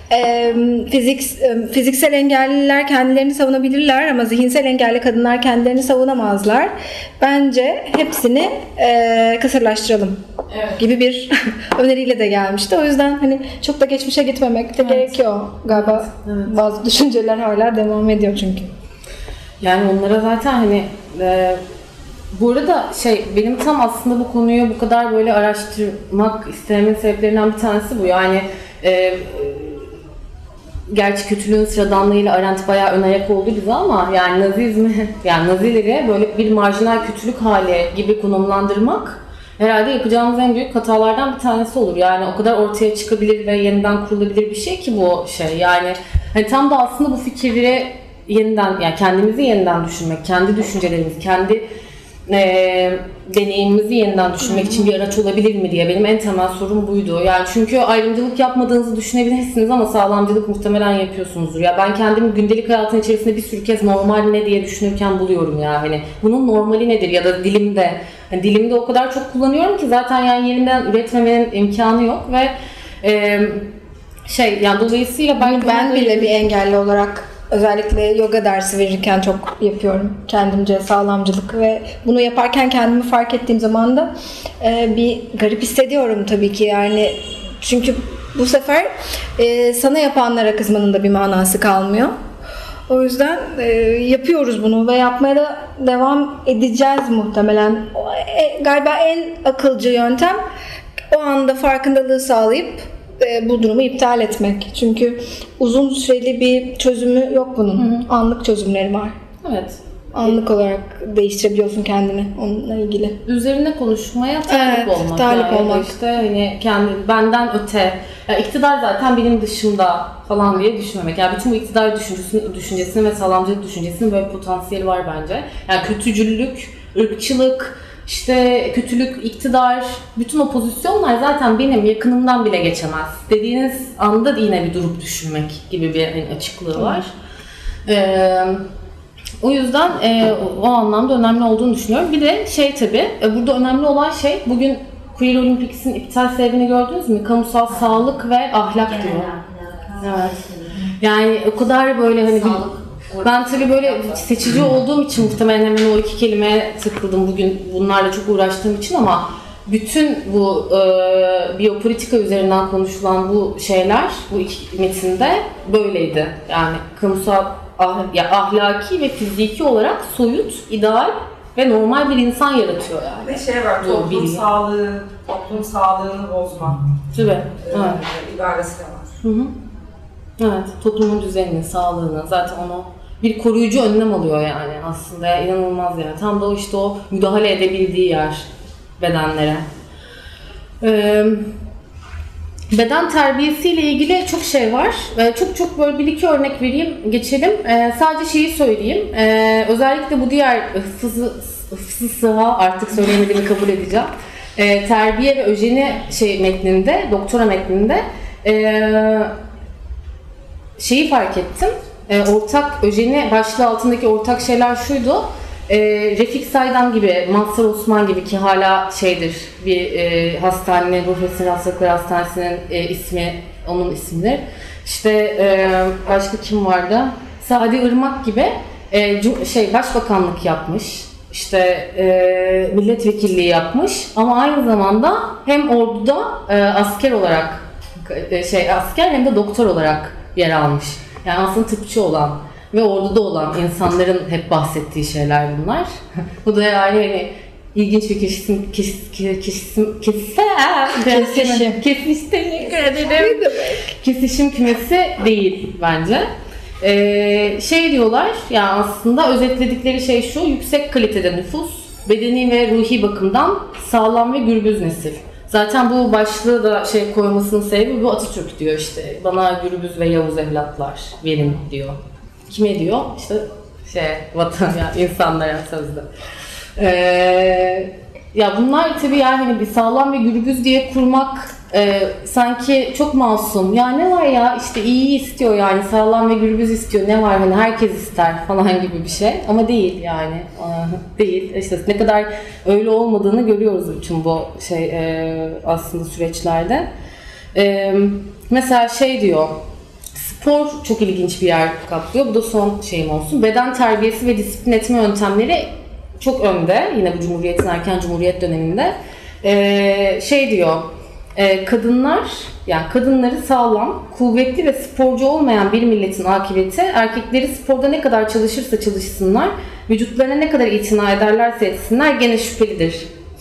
Fiziksel engelliler kendilerini savunabilirler ama zihinsel engelli kadınlar kendilerini savunamazlar. Bence hepsini kısırlaştıralım gibi bir öneriyle de gelmişti. O yüzden hani çok da geçmişe gitmemek de gerekiyor galiba. Evet. Bazı düşünceler hala devam ediyor çünkü. Yani onlara zaten hani bu arada benim tam aslında bu konuyu bu kadar böyle araştırmak istememin sebeplerinden bir tanesi bu. Yani gerçi kötülüğün sıradanlığıyla Arendt bayağı ön ayak oldu bize ama yani Nazizmi, yani Nazileri böyle bir marjinal kötülük hali gibi konumlandırmak herhalde yapacağımız en büyük hatalardan bir tanesi olur. Yani o kadar ortaya çıkabilir ve yeniden kurulabilir bir şey ki bu şey. Yani hani tam da aslında bu fikirleri yeniden, yani kendimizi yeniden düşünmek, kendi düşüncelerimizi, kendi deneyimimizi yeniden düşünmek için bir araç olabilir mi diye benim en temel sorum buydu. Yani çünkü ayrımcılık yapmadığınızı düşünebilirsiniz ama sağlamcılık muhtemelen yapıyorsunuzdur. Ya ben kendimi gündelik hayatın içerisinde bir sürü kez normal ne diye düşünürken buluyorum ya hani bunun normali nedir ya da dilimde. Yani dilimde o kadar çok kullanıyorum ki zaten yani yeniden üretmemenin imkanı yok ve yani dolayısıyla ben bile bir engelli olarak özellikle yoga dersi verirken çok yapıyorum kendimce sağlamcılık ve bunu yaparken kendimi fark ettiğim zaman da bir garip hissediyorum tabii ki yani çünkü bu sefer sana yapanlara kızmanın da bir manası kalmıyor. O yüzden yapıyoruz bunu ve yapmaya da devam edeceğiz muhtemelen. Galiba en akılcı yöntem o anda farkındalığı sağlayıp bu durumu iptal etmek. Çünkü uzun süreli bir çözümü yok bunun. Anlık çözümleri var. Evet. Anlık olarak değiştirebiliyorsun kendini onunla ilgili. Üzerine konuşmaya talip olmak. Talip olmak. İşte hani benden öte. Yani iktidar zaten benim dışımda falan diye düşünmemek. Yani bütün bu iktidar düşüncesinin ve sağlamcılık düşüncesinin böyle potansiyeli var bence. Yani kötücüllük, ırkçılık, işte kötülük, iktidar, bütün o pozisyonlar zaten benim yakınımdan bile geçemez. Dediğiniz anda da yine bir durup düşünmek gibi bir açıklığı var. O yüzden o anlamda önemli olduğunu düşünüyorum. Bir de tabii, burada önemli olan bugün Queer Olympics'in iptal sebebini gördünüz mü? Kamusal sağlık ve ahlak diyor. Evet. Yani o kadar böyle hani ben tabii böyle seçici olduğum için muhtemelen hemen o iki kelimeye takıldım bugün bunlarla çok uğraştığım için ama bütün bu biyopolitika üzerinden konuşulan bu şeyler bu iki metinde böyleydi. Yani kamusal ahlaki ve fiziki olarak soyut, ideal ve normal bir insan yaratıyor yani. Ve var, toplum sağlığını bozma. Tabii. İbaresi de var. Hı. Evet, toplumun düzenini, sağlığını, zaten onu bir koruyucu önlem alıyor yani aslında inanılmaz yani. Tam da o müdahale edebildiği yer bedenlere. Beden terbiyesiyle ilgili çok şey var. Çok böyle bir iki örnek vereyim, geçelim. Sadece şeyi söyleyeyim. Özellikle bu diğer sıha artık söyleyemediğimi kabul edeceğim. Terbiye ve öjeni metninde, doktora metninde şeyi fark ettim. Ortak öjeni başlığı altındaki ortak şeyler şuydu. Refik Saydam gibi, Mazhar Osman gibi ki hala bir hastanenin, Profesyonel Hastalıklar Hastanesi'nin ismi onun ismidir. Başka kim vardı? Sadi Irmak gibi başbakanlık yapmış. Milletvekilliği yapmış ama aynı zamanda hem orduda asker olarak asker hem de doktor olarak yer almış. Yani aslında tıpçı olan ve orduda olan insanların hep bahsettiği şeyler bunlar. Bu da yani ilginç bir kesişim kümesi değil bence. Şey diyorlar ya, aslında özetledikleri şey şu: yüksek kalitede nüfus, bedeni ve ruhi bakımdan sağlam ve gürbüz nesil. Zaten bu başlığı da koymasının sebebi bu. Atatürk diyor işte, bana gürbüz ve Yavuz evlatlar verin diyor. Kime diyor? İşte vatan ya, insanlara sözde. Ya bunlar tabii yani hani bir sağlam ve gürbüz diye kurmak sanki çok masum. Ya ne var ya, işte iyi istiyor yani, sağlam ve gürbüz istiyor, ne var hani herkes ister falan gibi bir şey. Ama değil yani. Değil. İşte ne kadar öyle olmadığını görüyoruz bütün bu aslında süreçlerde. Mesela diyor, spor çok ilginç bir yer kaplıyor. Bu da son şeyim olsun. Beden terbiyesi ve disiplin etme yöntemleri çok önde. Yine bu Cumhuriyet'in, erken Cumhuriyet döneminde. Diyor, kadınları sağlam, kuvvetli ve sporcu olmayan bir milletin akıbeti, erkekleri sporda ne kadar çalışırsa çalışsınlar, vücutlarına ne kadar itina ederlerse etsinler gene şüphelidir.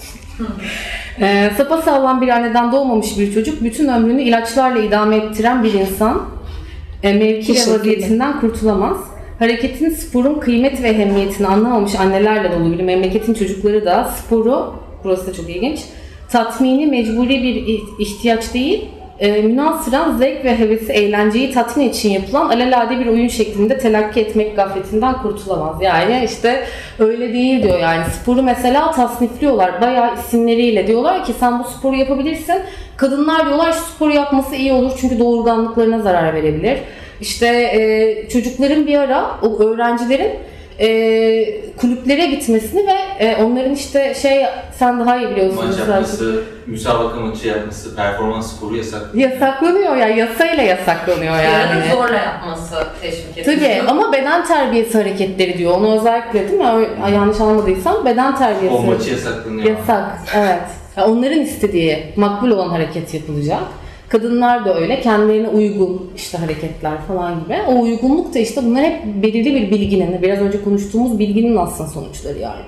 Sapasağlam bir anneden doğmamış bir çocuk, bütün ömrünü ilaçlarla idame ettiren bir insan, mevki ve vaziyetinden kurtulamaz. Hareketin, sporun kıymet ve ehemmiyetini anlamamış annelerle dolu bir memleketin çocukları da sporu, burası da çok ilginç, tatmini mecburi bir ihtiyaç değil, münasıran zevk ve hevesi, eğlenceyi tatmin için yapılan alelade bir oyun şeklinde telakki etmek gafletinden kurtulamaz. Yani işte öyle değil diyor yani. Sporu mesela tasnifliyorlar bayağı isimleriyle. Diyorlar ki sen bu sporu yapabilirsin. Kadınlar diyorlar şu sporu yapması iyi olur çünkü doğurganlıklarına zarar verebilir. İşte çocukların bir ara, o öğrencilerin kulüplere gitmesini ve onların işte sen daha iyi biliyorsun. Maç yapması, müsabaka maçı yapması, performans sporu yasaklanıyor. Yasaklanıyor ya, yasayla yasaklanıyor yani. Zorla yapması teşvik ediliyor. Tabii ama beden terbiyesi hareketleri diyor. Onu özellikle değil mi? Yanlış anlamadıysam beden terbiyesi. O maçı yasaklanıyor. Yasak, evet. Yani onların istediği, makbul olan hareket yapılacak. Kadınlar da öyle, kendilerine uygun işte hareketler falan gibi. O uygunluk da işte bunlar hep belirli bir bilginin, biraz önce konuştuğumuz bilginin aslında sonuçları yani.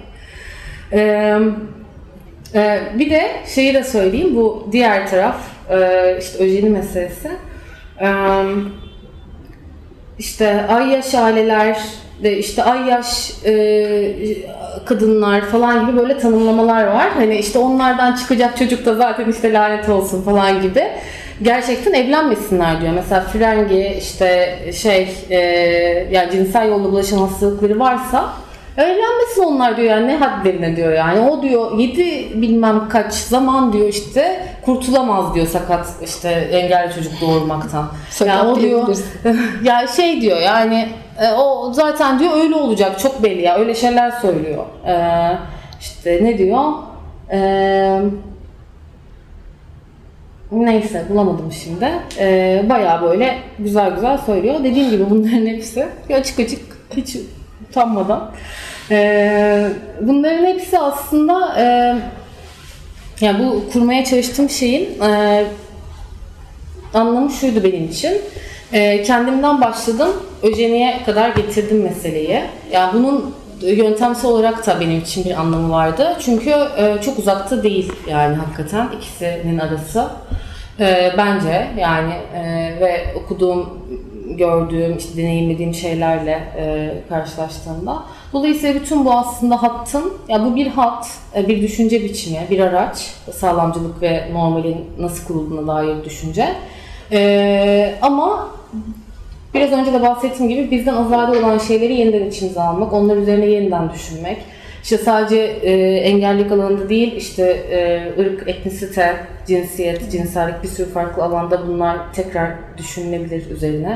Bir de de söyleyeyim, bu diğer taraf, işte öjeni meselesi. İşte ay yaş aileler, işte ay yaş kadınlar falan gibi böyle tanımlamalar var. Hani işte onlardan çıkacak çocuk da zaten işte lanet olsun falan gibi. Gerçekten evlenmesinler diyor. Mesela frengi işte yani cinsel yolla bulaşan hastalıkları varsa evlenmesin onlar diyor yani, ne hadlerine diyor yani. O diyor 7 bilmem kaç zaman diyor işte kurtulamaz diyor sakat işte engelli çocuk doğurmaktan. Yani o diyor ya diyor yani o zaten diyor öyle olacak çok belli ya, öyle şeyler söylüyor. İşte ne diyor? Neyse bulamadım şimdi. Bayağı böyle güzel söylüyor. Dediğim gibi bunların hepsi açık hiç utanmadan. Bunların hepsi aslında yani bu kurmaya çalıştığım şeyin anlamı şuydu benim için. Kendimden başladım, öjeniye kadar getirdim meseleyi. Yani bunun yöntemsel olarak da benim için bir anlamı vardı. Çünkü çok uzakta değil yani hakikaten ikisinin arası. Bence yani ve okuduğum, gördüğüm, işte deneyimlediğim şeylerle karşılaştığımda. Dolayısıyla bütün bu aslında hattın, ya bu bir hat, bir düşünce biçimi, bir araç, sağlamcılık ve normalin nasıl kurulduğuna dair düşünce. Ama biraz önce de bahsettiğim gibi bizden azade olan şeyleri yeniden içimize almak, onlar üzerine yeniden düşünmek. İşte sadece engellilik alanında değil, işte ırk, etnisite, cinsiyet, cinsellik, bir sürü farklı alanda bunlar tekrar düşünülebilir üzerine.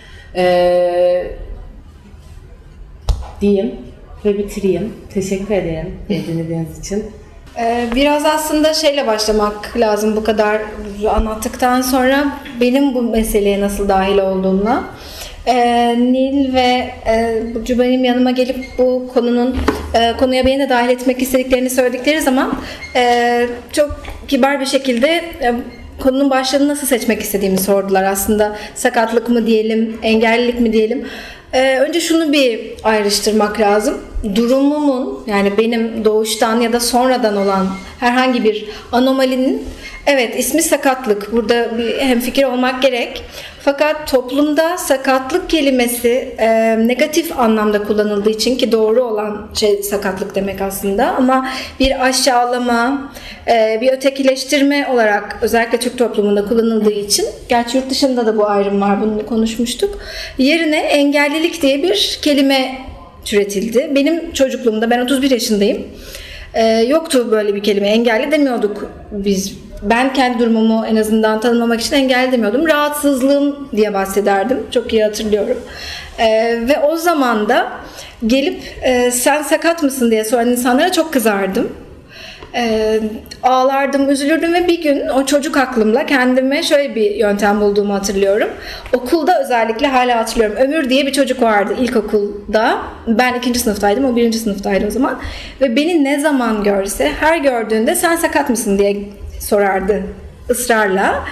Diyeyim ve bitireyim. Teşekkür ederim dinlediğiniz için. Biraz aslında şeyle başlamak lazım bu kadar anlattıktan sonra benim bu meseleye nasıl dahil olduğumla. Nil ve Burcu benim yanıma gelip bu konuya beni de dahil etmek istediklerini söyledikleri zaman çok kibar bir şekilde konunun başlığını nasıl seçmek istediğimi sordular. Aslında sakatlık mı diyelim, engellilik mi diyelim. Önce şunu bir ayrıştırmak lazım. durumumun, yani benim doğuştan ya da sonradan olan herhangi bir anomalinin, evet ismi sakatlık, burada bir hemfikir olmak gerek. Fakat toplumda sakatlık kelimesi negatif anlamda kullanıldığı için, ki doğru olan şey sakatlık demek aslında, ama bir aşağılama, bir ötekileştirme olarak özellikle Türk toplumunda kullanıldığı için, gerçi yurt dışında da bu ayrım var, bunu konuşmuştuk, yerine engellilik diye bir kelime türetildi. Benim çocukluğumda, ben 31 yaşındayım, yoktu böyle bir kelime, engelli demiyorduk biz. Ben kendi durumumu en azından tanımlamak için engelli demiyordum. Rahatsızlığım diye bahsederdim. Çok iyi hatırlıyorum. Ve o zaman da gelip sen sakat mısın diye soran insanlara çok kızardım. Ağlardım, üzülürdüm ve bir gün o çocuk aklımla kendime şöyle bir yöntem bulduğumu hatırlıyorum. Okulda özellikle hala hatırlıyorum. Ömür diye bir çocuk vardı ilkokulda. Ben 2. sınıftaydım, o 1. sınıftaydı o zaman. Ve beni ne zaman görse, her gördüğünde sen sakat mısın diye sorardı ısrarla.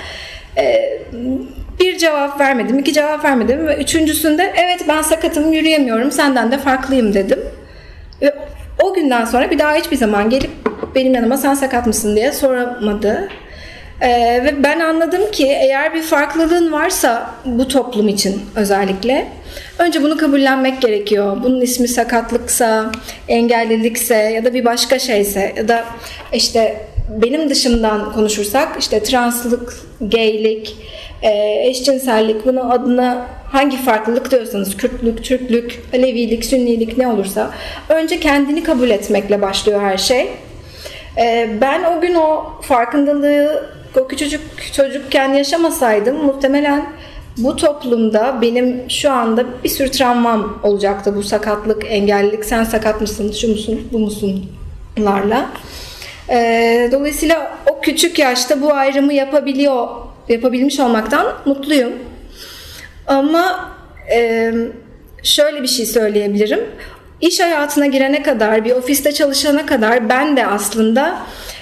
Bir cevap vermedim, 2 cevap vermedim ve 3.'sünde evet ben sakatım, yürüyemiyorum, senden de farklıyım dedim. Ve o günden sonra bir daha hiçbir zaman gelip benim yanıma sen sakat mısın diye soramadı. Ve ben anladım ki eğer bir farklılığın varsa bu toplum için özellikle, önce bunu kabullenmek gerekiyor. Bunun ismi sakatlıksa, engellilikse ya da bir başka şeyse ya da işte benim dışımdan konuşursak işte translık, gaylik, eşcinsellik, bunun adına hangi farklılık diyorsanız, Kürtlük, Türklük, Alevilik, Sünnilik ne olursa önce kendini kabul etmekle başlıyor her şey. Ben o gün o farkındalığı o küçücük çocukken yaşamasaydım muhtemelen bu toplumda benim şu anda bir sürü travmam olacaktı. Bu sakatlık, engellilik, sen sakat mısın, şu musun, bu musunlarla. Dolayısıyla o küçük yaşta bu ayrımı yapabilmiş olmaktan mutluyum. Ama şöyle bir şey söyleyebilirim. İş hayatına girene kadar, bir ofiste çalışana kadar ben de aslında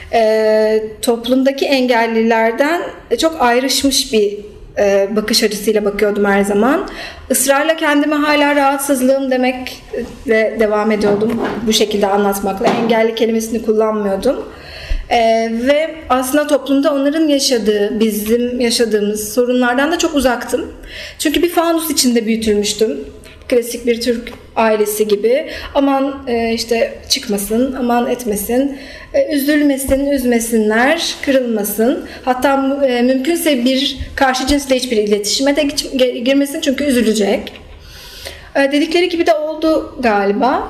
toplumdaki engellilerden çok ayrışmış bir bakış açısıyla bakıyordum her zaman. Israrla kendime hala rahatsızlığım demekle devam ediyordum. Bu şekilde anlatmakla. Engelli kelimesini kullanmıyordum. Ve aslında toplumda onların yaşadığı, bizim yaşadığımız sorunlardan da çok uzaktım. Çünkü bir fanus içinde büyütülmüştüm. Klasik bir Türk ailesi gibi. Aman işte çıkmasın, aman etmesin, üzülmesin, üzmesinler, kırılmasın. Hatta mümkünse bir karşı cinsle hiçbir iletişime de girmesin çünkü üzülecek. Dedikleri gibi de oldu galiba.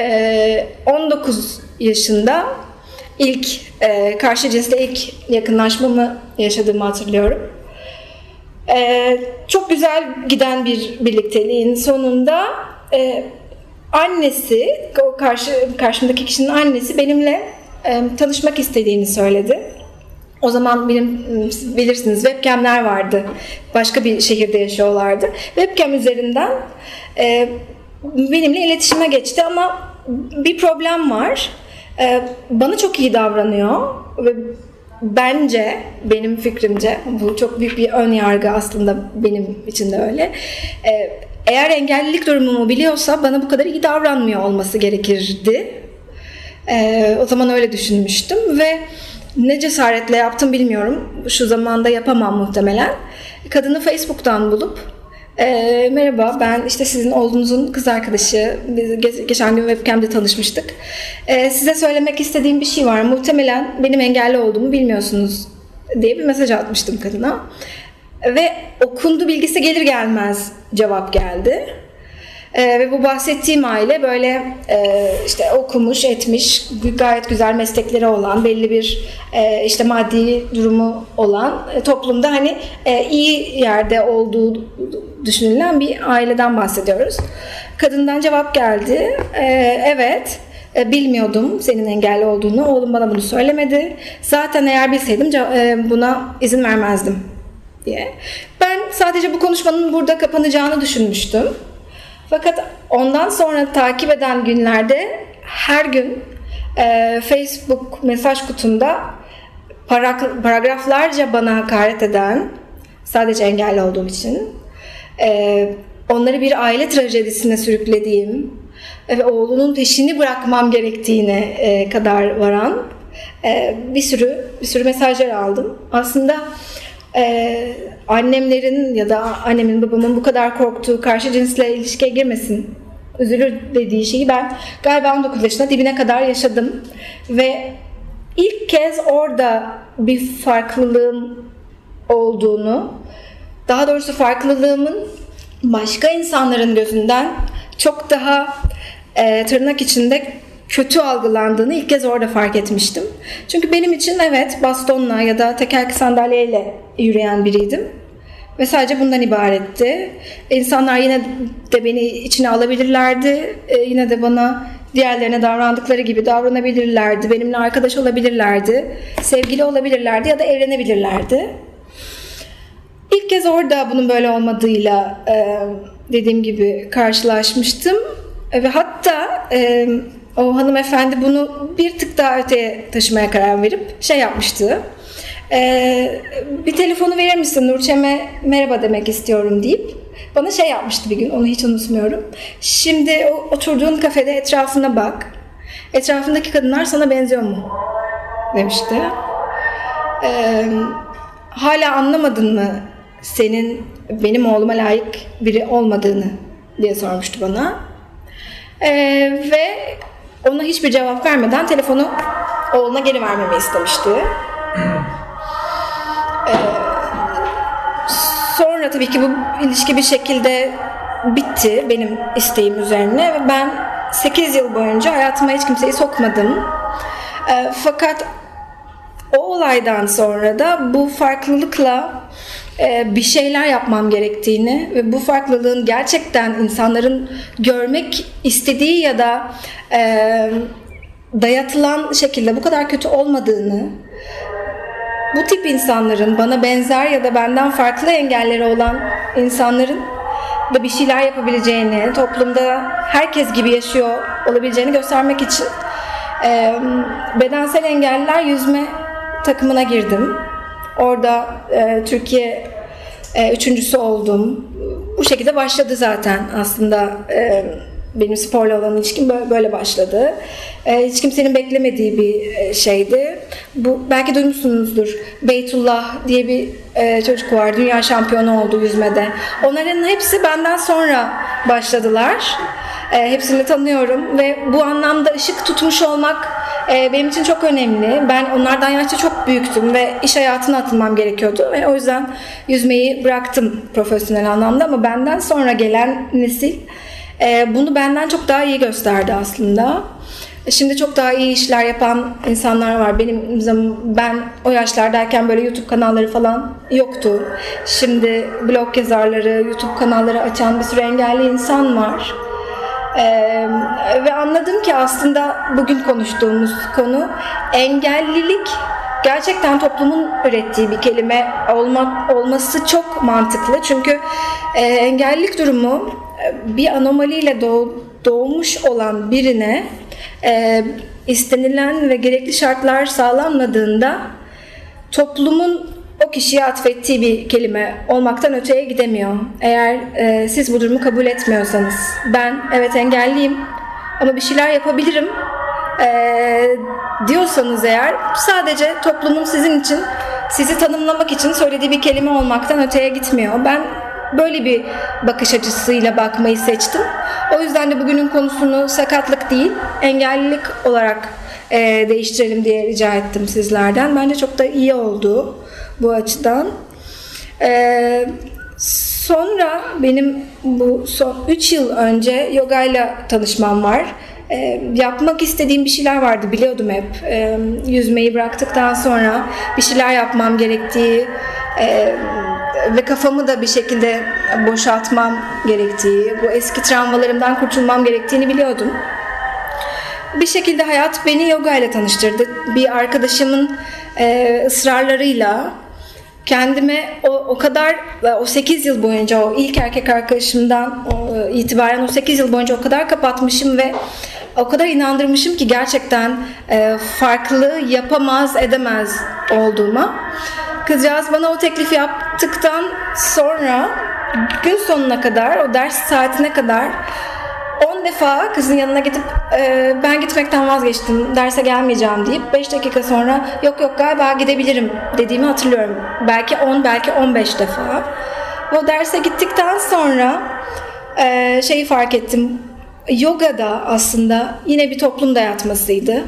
19 yaşında ilk karşı cinsle ilk yakınlaşmamı yaşadığımı hatırlıyorum. Çok güzel giden bir birlikteliğin sonunda annesi, o karşımdaki kişinin annesi benimle tanışmak istediğini söyledi. O zaman bilirsiniz webcamler vardı. Başka bir şehirde yaşıyorlardı. Webcam üzerinden benimle iletişime geçti ama bir problem var. Bana çok iyi davranıyor ve bence, benim fikrimce, bu çok büyük bir ön yargı aslında benim için de öyle. Eğer engellilik durumumu biliyorsa bana bu kadar iyi davranmıyor olması gerekirdi. O zaman öyle düşünmüştüm ve ne cesaretle yaptım bilmiyorum. Şu zamanda yapamam muhtemelen. Kadını Facebook'tan bulup merhaba, ben işte sizin oğlunuzun kız arkadaşı. Biz geçen gün webcam'de tanışmıştık. Size söylemek istediğim bir şey var. Muhtemelen benim engelli olduğumu bilmiyorsunuz diye bir mesaj atmıştım kadına. Ve okundu bilgisi gelir gelmez cevap geldi. Ve bu bahsettiğim aile böyle işte okumuş, etmiş, gayet güzel meslekleri olan, belli bir işte maddi durumu olan, toplumda hani iyi yerde olduğu düşünülen bir aileden bahsediyoruz. Kadından cevap geldi. Evet, bilmiyordum senin engelli olduğunu, oğlum bana bunu söylemedi. Zaten eğer bilseydim buna izin vermezdim diye. Ben sadece bu konuşmanın burada kapanacağını düşünmüştüm. Fakat ondan sonra takip eden günlerde her gün Facebook mesaj kutumda paragraflarca bana hakaret eden, sadece engelli olduğum için, onları bir aile trajedisine sürüklediğim, ve oğlunun peşini bırakmam gerektiğine kadar varan bir sürü mesajlar aldım. Aslında annemlerin ya da annemin babamın bu kadar korktuğu karşı cinsle ilişkiye girmesin, üzülür dediği şeyi ben galiba 19 yaşında dibine kadar yaşadım ve ilk kez orada bir farklılığım olduğunu, daha doğrusu farklılığımın başka insanların gözünden çok daha tırnak içinde kötü algılandığını ilk kez orada fark etmiştim. Çünkü benim için evet bastonla ya da tekerlekli sandalyeyle yürüyen biriydim. Ve sadece bundan ibaretti. İnsanlar yine de beni içine alabilirlerdi. Yine de bana diğerlerine davrandıkları gibi davranabilirlerdi. Benimle arkadaş olabilirlerdi. Sevgili olabilirlerdi ya da evlenebilirlerdi. İlk kez orada bunun böyle olmadığıyla dediğim gibi karşılaşmıştım. Ve hatta o hanımefendi bunu bir tık daha öteye taşımaya karar verip şey yapmıştı. Bir telefonu verir misin, Nurçem'e merhaba demek istiyorum deyip bana şey yapmıştı bir gün, onu hiç unutmuyorum. Şimdi oturduğun kafede etrafına bak. Etrafındaki kadınlar sana benziyor mu? Demişti. Hala anlamadın mı senin benim oğluma layık biri olmadığını diye sormuştu bana. Ve ona hiçbir cevap vermeden telefonu oğluna geri vermemi istemişti. Sonra tabii ki bu ilişki bir şekilde bitti benim isteğim üzerine ve ben 8 yıl boyunca hayatıma hiç kimseyi sokmadım. Fakat o olaydan sonra da bu farklılıkla bir şeyler yapmam gerektiğini ve bu farklılığın gerçekten insanların görmek istediği ya da dayatılan şekilde bu kadar kötü olmadığını, bu tip insanların, bana benzer ya da benden farklı engelleri olan insanların da bir şeyler yapabileceğini, toplumda herkes gibi yaşıyor olabileceğini göstermek için bedensel engelliler yüzme takımına girdim. Orada Türkiye üçüncüsü oldum. Bu şekilde başladı zaten aslında benim sporla olan ilişkim böyle başladı. Hiç kimsenin beklemediği bir şeydi. Bu belki duymuşsunuzdur. Beytullah diye bir çocuk var. Dünya şampiyonu oldu yüzmede. Onların hepsi benden sonra başladılar. Hepsini tanıyorum ve bu anlamda ışık tutmuş olmak benim için çok önemli. Ben onlardan yaşça çok büyüktüm ve iş hayatına atılmam gerekiyordu ve o yüzden yüzmeyi bıraktım profesyonel anlamda ama benden sonra gelen nesil bunu benden çok daha iyi gösterdi aslında. Şimdi çok daha iyi işler yapan insanlar var. Ben o yaşlardayken böyle YouTube kanalları falan yoktu. Şimdi blog yazarları, YouTube kanalları açan bir sürü engelli insan var. Ve anladım ki aslında bugün konuştuğumuz konu engellilik gerçekten toplumun ürettiği bir kelime olması çok mantıklı. Çünkü engellilik durumu bir anomaliyle doğmuş olan birine istenilen ve gerekli şartlar sağlanmadığında toplumun o kişiye atfettiği bir kelime olmaktan öteye gidemiyor. Eğer siz bu durumu kabul etmiyorsanız, ben evet engelliyim ama bir şeyler yapabilirim diyorsanız eğer, sadece toplumun sizin için, sizi tanımlamak için söylediği bir kelime olmaktan öteye gitmiyor. Ben böyle bir bakış açısıyla bakmayı seçtim. O yüzden de bugünün konusunu sakatlık değil, engellilik olarak değiştirelim diye rica ettim sizlerden. Bence çok da iyi oldu bu açıdan. Sonra benim bu son 3 yıl önce yogayla tanışmam var. Yapmak istediğim bir şeyler vardı, biliyordum hep. Yüzmeyi bıraktıktan sonra bir şeyler yapmam gerektiği ve kafamı da bir şekilde boşaltmam gerektiği, bu eski travmalarımdan kurtulmam gerektiğini biliyordum. Bir şekilde hayat beni yoga ile tanıştırdı. Bir arkadaşımın ısrarlarıyla kendime o kadar, o 8 yıl boyunca, o ilk erkek arkadaşımdan itibaren o 8 yıl boyunca o kadar kapatmışım ve o kadar inandırmışım ki gerçekten farklı yapamaz edemez olduğuma. Kızcağız bana o teklifi yaptıktan sonra gün sonuna kadar, o ders saatine kadar 10 defa kızın yanına gidip ben gitmekten vazgeçtim, derse gelmeyeceğim deyip 5 dakika sonra yok galiba gidebilirim dediğimi hatırlıyorum. Belki 10, belki 15 defa. O derse gittikten sonra şeyi fark ettim. Yoga da aslında yine bir toplum dayatmasıydı.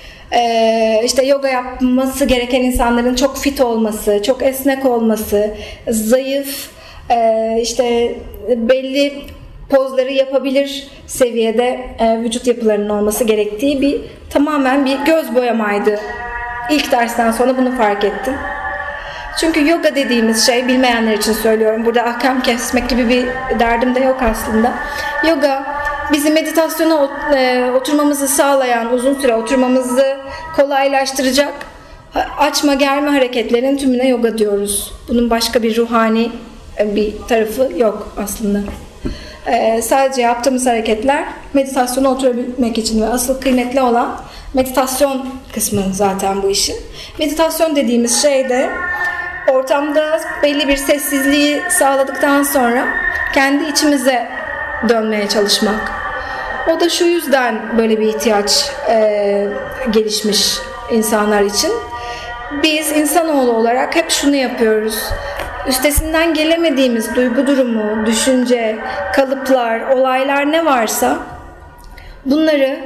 İşte yoga yapması gereken insanların çok fit olması, çok esnek olması, zayıf, işte belli pozları yapabilir seviyede vücut yapılarının olması gerektiği tamamen bir göz boyamaydı. İlk dersten sonra bunu fark ettim. Çünkü yoga dediğimiz şey, bilmeyenler için söylüyorum, burada ahkam kesmek gibi bir derdim de yok aslında. Yoga bizi meditasyona oturmamızı sağlayan, uzun süre oturmamızı kolaylaştıracak açma germe hareketlerinin tümüne yoga diyoruz. Bunun başka bir ruhani bir tarafı yok aslında. Sadece yaptığımız hareketler meditasyona oturabilmek için ve asıl kıymetli olan meditasyon kısmı zaten bu işin. Meditasyon dediğimiz şey de ortamda belli bir sessizliği sağladıktan sonra kendi içimize dönmeye çalışmak. O da şu yüzden böyle bir ihtiyaç gelişmiş insanlar için. Biz insanoğlu olarak hep şunu yapıyoruz. Üstesinden gelemediğimiz duygu durumu, düşünce, kalıplar, olaylar ne varsa bunları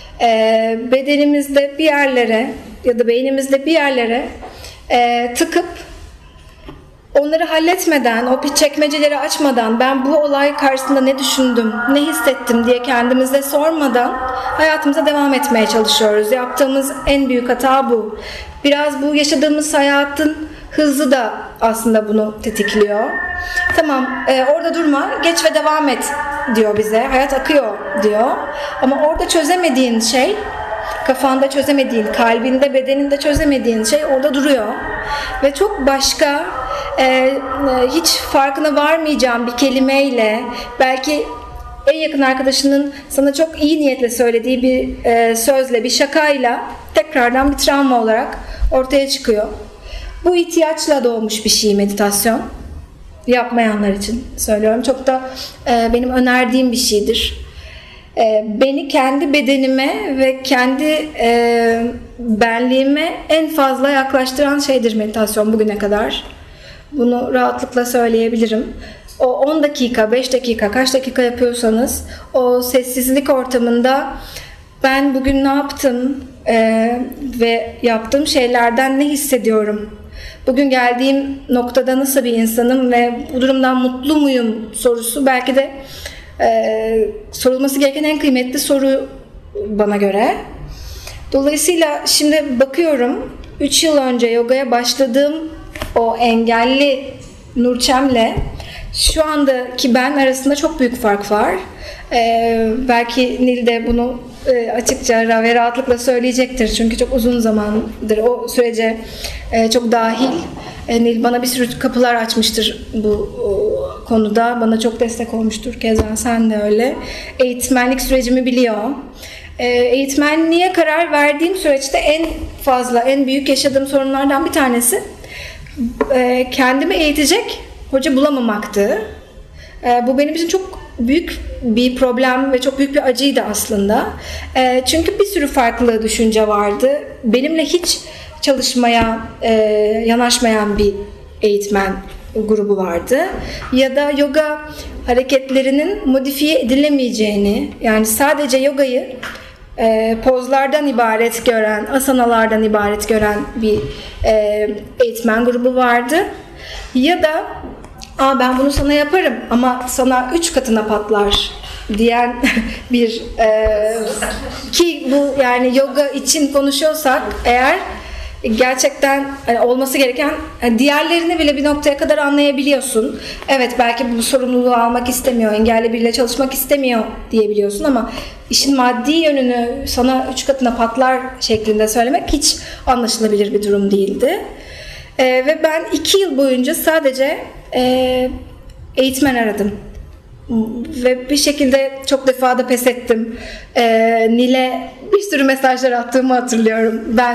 bedenimizde bir yerlere ya da beynimizde bir yerlere tıkıp onları halletmeden, o çekmeceleri açmadan ben bu olay karşısında ne düşündüm, ne hissettim diye kendimize sormadan hayatımıza devam etmeye çalışıyoruz. Yaptığımız en büyük hata bu. Biraz bu yaşadığımız hayatın hızı da aslında bunu tetikliyor. Tamam, orada durma, geç ve devam et diyor bize. Hayat akıyor diyor. Ama orada çözemediğin şey, kafanda çözemediğin, kalbinde, bedeninde çözemediğin şey orada duruyor. Ve çok başka, hiç farkına varmayacağın bir kelimeyle, belki en yakın arkadaşının sana çok iyi niyetle söylediği bir sözle, bir şakayla tekrardan bir travma olarak ortaya çıkıyor. Bu ihtiyaçla doğmuş bir şey meditasyon. Yapmayanlar için söylüyorum. Çok da benim önerdiğim bir şeydir. Beni kendi bedenime ve kendi benliğime en fazla yaklaştıran şeydir meditasyon bugüne kadar. Bunu rahatlıkla söyleyebilirim. O 10 dakika, 5 dakika, kaç dakika yapıyorsanız o sessizlik ortamında ben bugün ne yaptım ve yaptığım şeylerden ne hissediyorum? Bugün geldiğim noktada nasıl bir insanım ve bu durumdan mutlu muyum sorusu belki de sorulması gereken en kıymetli soru bana göre. Dolayısıyla şimdi bakıyorum 3 yıl önce yogaya başladığım o engelli Nurçem'le şu andaki ben arasında çok büyük fark var. Belki Nil de bunu açıkça ve rahatlıkla söyleyecektir. Çünkü çok uzun zamandır o sürece çok dahil. Nil bana bir sürü kapılar açmıştır bu konuda. Bana çok destek olmuştur. Keza sen de öyle. Eğitmenlik sürecimi biliyor. Eğitmenliğe karar verdiğim süreçte en büyük yaşadığım sorunlardan bir tanesi kendimi eğitecek hoca bulamamaktı. Bu benim için çok büyük bir problem ve çok büyük bir acıydı aslında. Çünkü bir sürü farklı düşünce vardı. Benimle hiç çalışmaya yanaşmayan bir eğitmen grubu vardı. Ya da yoga hareketlerinin modifiye edilemeyeceğini, yani sadece yogayı pozlardan ibaret gören, asanalardan ibaret gören bir eğitmen grubu vardı. Ya da ben bunu sana yaparım ama sana 3 katına patlar diyen bir ki bu yani yoga için konuşuyorsak eğer gerçekten olması gereken diğerlerini bile bir noktaya kadar anlayabiliyorsun. Evet belki bu sorumluluğu almak istemiyor, engelli biriyle çalışmak istemiyor diyebiliyorsun ama işin maddi yönünü sana 3 katına patlar şeklinde söylemek hiç anlaşılabilir bir durum değildi. Ve ben 2 yıl boyunca sadece eğitmen aradım. Ve bir şekilde çok defa da pes ettim. Nil'e bir sürü mesajlar attığımı hatırlıyorum. Ben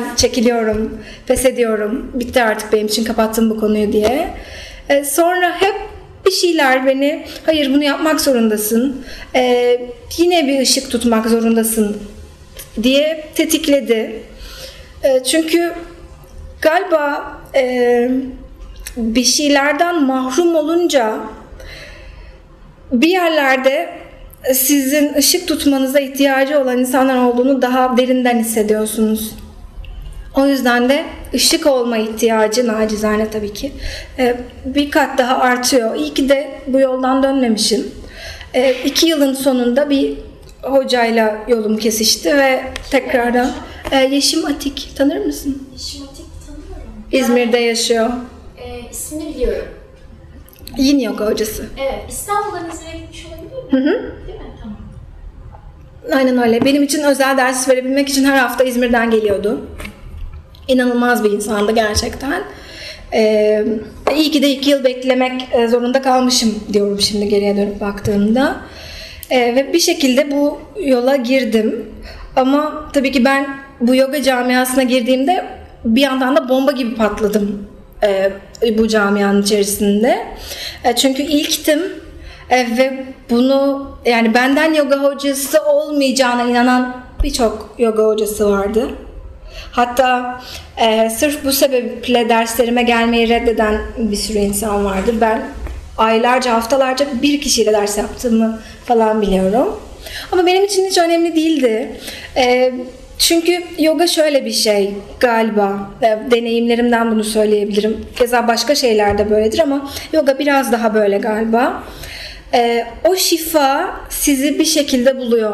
çekiliyorum, pes ediyorum. Bitti artık benim için, kapattım bu konuyu diye. Sonra hep bir şeyler beni, hayır bunu yapmak zorundasın, yine bir ışık tutmak zorundasın diye tetikledi. Çünkü galiba bir şeylerden mahrum olunca bir yerlerde sizin ışık tutmanıza ihtiyacı olan insanlar olduğunu daha derinden hissediyorsunuz. O yüzden de ışık olma ihtiyacı nacizane tabii ki bir kat daha artıyor. İyi ki de bu yoldan dönmemişim. 2 yılın sonunda bir hocayla yolum kesişti ve tekrardan Yeşim Atik tanır mısın? Yeşim Atik tanıyorum. İzmir'de yaşıyor. İsmini biliyorum. Yin yoga hocası. Evet, İstanbul'dan İzmir'e gitmiş olabilir mi? Değil mi? Tamam. Aynen öyle. Benim için özel ders verebilmek için her hafta İzmir'den geliyordu. İnanılmaz bir insandı gerçekten. İyi ki de 2 yıl beklemek zorunda kalmışım diyorum şimdi geriye dönüp baktığımda. Ve bir şekilde bu yola girdim. Ama tabii ki ben bu yoga camiasına girdiğimde bir yandan da bomba gibi patladım bu camianın içerisinde. Çünkü ilktim ve bunu, yani benden yoga hocası olmayacağına inanan birçok yoga hocası vardı. Hatta sırf bu sebeple derslerime gelmeyi reddeden bir sürü insan vardı. Ben aylarca, haftalarca bir kişiyle ders yaptığımı falan biliyorum. Ama benim için hiç önemli değildi. Çünkü yoga şöyle bir şey galiba. Deneyimlerimden bunu söyleyebilirim. Keza başka şeyler de böyledir ama yoga biraz daha böyle galiba. O şifa sizi bir şekilde buluyor.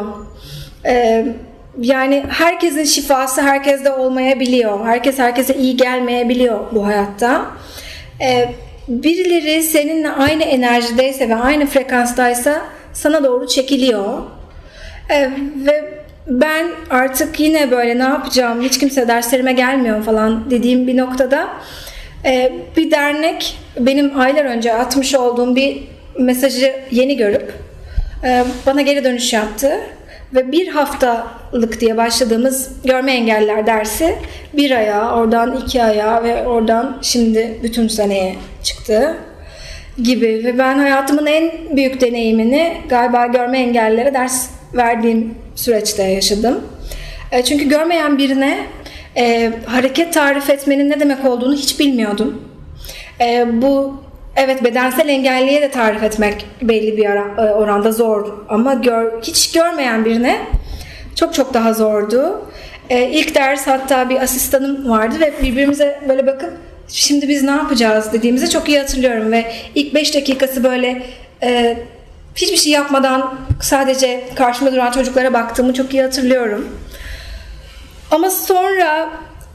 Yani herkesin şifası herkeste olmayabiliyor. Herkes herkese iyi gelmeyebiliyor bu hayatta. Birileri seninle aynı enerjideyse ve aynı frekanstaysa sana doğru çekiliyor. Ve ben artık yine böyle ne yapacağım, hiç kimse derslerime gelmiyor falan dediğim bir noktada bir dernek benim aylar önce atmış olduğum bir mesajı yeni görüp bana geri dönüş yaptı. Ve 1 haftalık diye başladığımız görme engelliler dersi 1 aya, oradan 2 aya ve oradan şimdi bütün seneye çıktı gibi. Ve ben hayatımın en büyük deneyimini galiba görme engellilere ders verdiğim süreçte yaşadım. Çünkü görmeyen birine hareket tarif etmenin ne demek olduğunu hiç bilmiyordum. Bu evet, bedensel engelliye de tarif etmek belli bir oranda zor ama hiç görmeyen birine çok çok daha zordu. İlk ders hatta bir asistanım vardı ve birbirimize böyle bakıp şimdi biz ne yapacağız dediğimizi çok iyi hatırlıyorum ve ilk 5 dakikası böyle hiçbir şey yapmadan sadece karşıma duran çocuklara baktığımı çok iyi hatırlıyorum. Ama sonra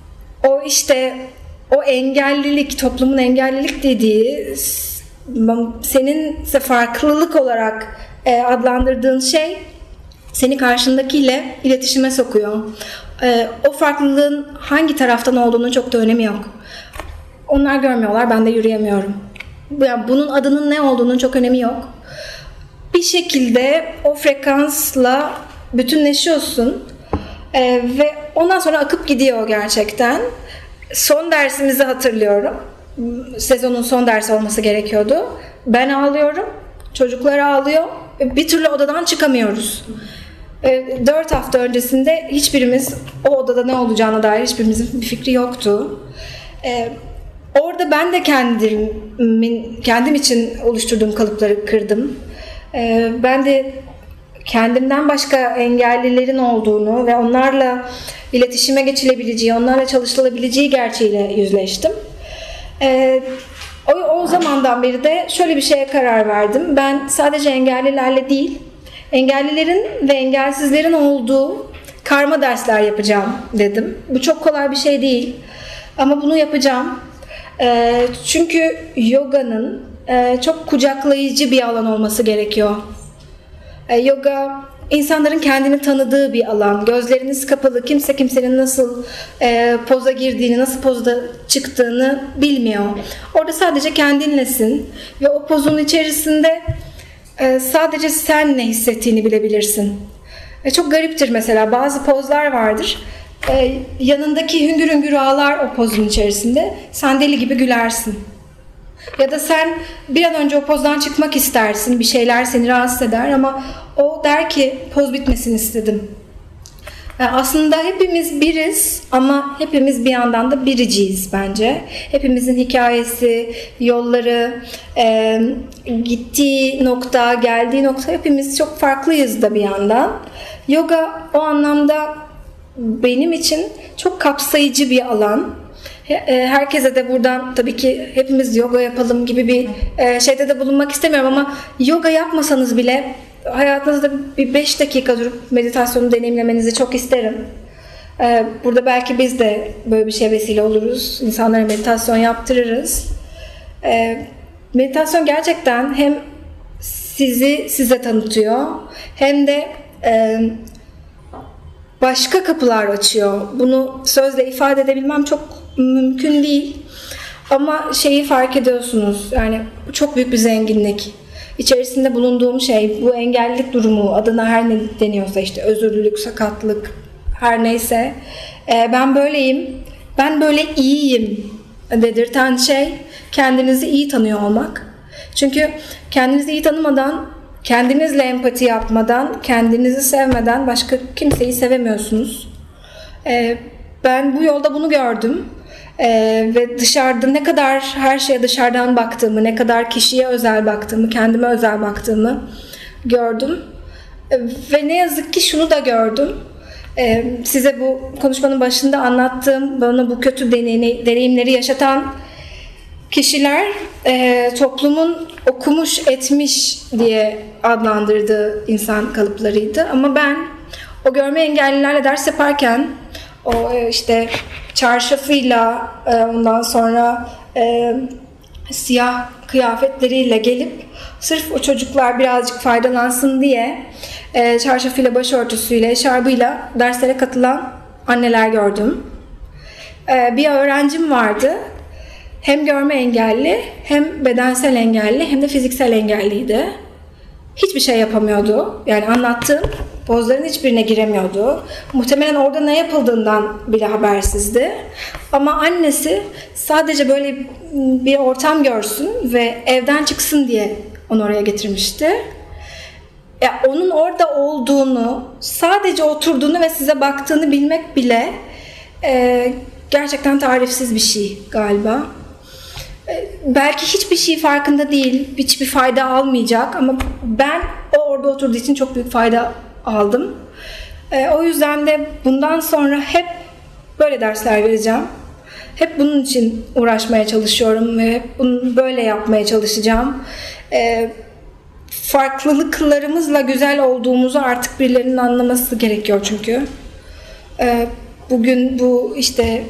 o engellilik, toplumun engellilik dediği senin farklılık olarak adlandırdığın şey seni karşındakiyle iletişime sokuyor. O farklılığın hangi taraftan olduğunun çok da önemi yok. Onlar görmüyorlar, ben de yürüyemiyorum. Yani bunun adının ne olduğunun çok önemi yok. Bir şekilde o frekansla bütünleşiyorsun ve ondan sonra akıp gidiyor gerçekten. Son dersimizi hatırlıyorum. Sezonun son dersi olması gerekiyordu. Ben ağlıyorum, çocuklar ağlıyor. Bir türlü odadan çıkamıyoruz. 4 hafta öncesinde hiçbirimiz o odada ne olacağına dair hiçbirimizin bir fikri yoktu. Orada ben de kendim için oluşturduğum kalıpları kırdım. Ben de kendimden başka engellilerin olduğunu ve onlarla iletişime geçilebileceği, onlarla çalışılabileceği gerçeğiyle yüzleştim. O zamandan beri de şöyle bir şeye karar verdim. Ben sadece engellilerle değil, engellilerin ve engelsizlerin olduğu karma dersler yapacağım dedim. Bu çok kolay bir şey değil ama bunu yapacağım. Çünkü yoganın çok kucaklayıcı bir alan olması gerekiyor. Yoga insanların kendini tanıdığı bir alan. Gözleriniz kapalı. Kimse kimsenin nasıl poza girdiğini, nasıl pozda çıktığını bilmiyor. Orada sadece kendinlesin ve o pozun içerisinde sadece sen ne hissettiğini bilebilirsin. Çok gariptir mesela. Bazı pozlar vardır. Yanındaki hüngür hüngür ağlar o pozun içerisinde. Sen deli gibi gülersin. Ya da sen bir an önce o pozdan çıkmak istersin, bir şeyler seni rahatsız eder ama o der ki poz bitmesini istedim. Yani aslında hepimiz biriz ama hepimiz bir yandan da biriciyiz bence. Hepimizin hikayesi, yolları, gittiği nokta, geldiği nokta, hepimiz çok farklıyız da bir yandan. Yoga o anlamda benim için çok kapsayıcı bir alan. Herkese de buradan tabii ki hepimiz yoga yapalım gibi bir şeyde de bulunmak istemiyorum ama yoga yapmasanız bile hayatınızda bir 5 dakika durup meditasyonu deneyimlemenizi çok isterim. Burada belki biz de böyle bir şey vesile oluruz. İnsanlara meditasyon yaptırırız. Meditasyon gerçekten hem sizi size tanıtıyor hem de başka kapılar açıyor. Bunu sözle ifade edebilmem çok mümkün değil. Ama şeyi fark ediyorsunuz. Yani çok büyük bir zenginlik. İçerisinde bulunduğum şey, bu engellilik durumu, adına her ne deniyorsa, işte özürlülük, sakatlık, her neyse, ben böyleyim, ben böyle iyiyim dedirten şey kendinizi iyi tanıyor olmak. Çünkü kendinizi iyi tanımadan, kendinizle empati yapmadan, kendinizi sevmeden başka kimseyi sevemiyorsunuz. Ben bu yolda bunu gördüm. Ve dışarıda ne kadar her şeye dışarıdan baktığımı, ne kadar kişiye özel baktığımı, kendime özel baktığımı gördüm. Ve ne yazık ki şunu da gördüm. Size bu konuşmanın başında anlattığım, bana bu kötü deneyimleri yaşatan kişiler toplumun okumuş etmiş diye adlandırdığı insan kalıplarıydı. Ama ben o görme engellilerle ders yaparken o işte çarşafıyla ondan sonra siyah kıyafetleriyle gelip sırf o çocuklar birazcık faydalansın diye çarşafıyla, başörtüsüyle, şarbıyla derslere katılan anneler gördüm. Bir öğrencim vardı. Hem görme engelli, hem bedensel engelli, hem de fiziksel engelliydi. Hiçbir şey yapamıyordu. Yani anlattığım pozların hiçbirine giremiyordu. Muhtemelen orada ne yapıldığından bile habersizdi. Ama annesi sadece böyle bir ortam görsün ve evden çıksın diye onu oraya getirmişti. Ya onun orada olduğunu, sadece oturduğunu ve size baktığını bilmek bile gerçekten tarifsiz bir şey galiba. Belki hiçbir şey farkında değil, hiçbir fayda almayacak ama ben o orada oturduğu için çok büyük fayda aldım. O yüzden de bundan sonra hep böyle dersler vereceğim. Hep bunun için uğraşmaya çalışıyorum ve hep bunu böyle yapmaya çalışacağım. Farklılıklarımızla güzel olduğumuzu artık birilerinin anlaması gerekiyor çünkü. Bugün bu işte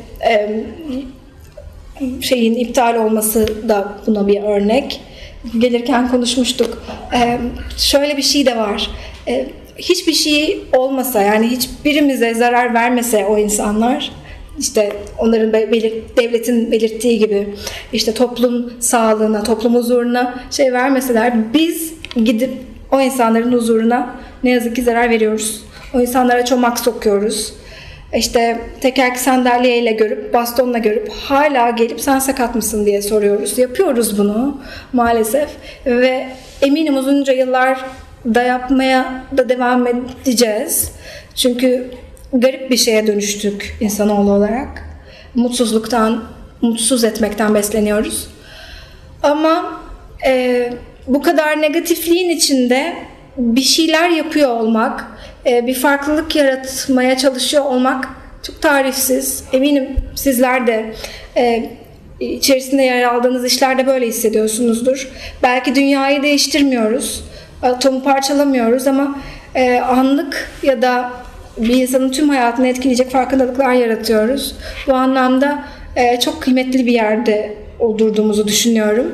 şeyin iptal olması da buna bir örnek. Gelirken konuşmuştuk. Şöyle bir şey de var. Hiçbir şey olmasa, yani hiçbirimize zarar vermese o insanlar, işte onların devletin belirttiği gibi işte toplum sağlığına, toplum huzuruna şey vermeseler, biz gidip o insanların huzuruna ne yazık ki zarar veriyoruz. O insanlara çomak sokuyoruz. İşte tekerlekli sandalyeyle görüp, bastonla görüp hala gelip sen sakat mısın diye soruyoruz. Yapıyoruz bunu maalesef ve eminim uzunca yıllar da yapmaya da devam edeceğiz. Çünkü garip bir şeye dönüştük insanoğlu olarak. Mutsuzluktan, mutsuz etmekten besleniyoruz. Ama bu kadar negatifliğin içinde bir şeyler yapıyor olmak, bir farklılık yaratmaya çalışıyor olmak çok tarifsiz. Eminim sizler de içerisinde yer aldığınız işlerde böyle hissediyorsunuzdur. Belki dünyayı değiştirmiyoruz, atomu parçalamıyoruz ama anlık ya da bir insanın tüm hayatını etkileyecek farkındalıklar yaratıyoruz. Bu anlamda çok kıymetli bir yerde durduğumuzu düşünüyorum.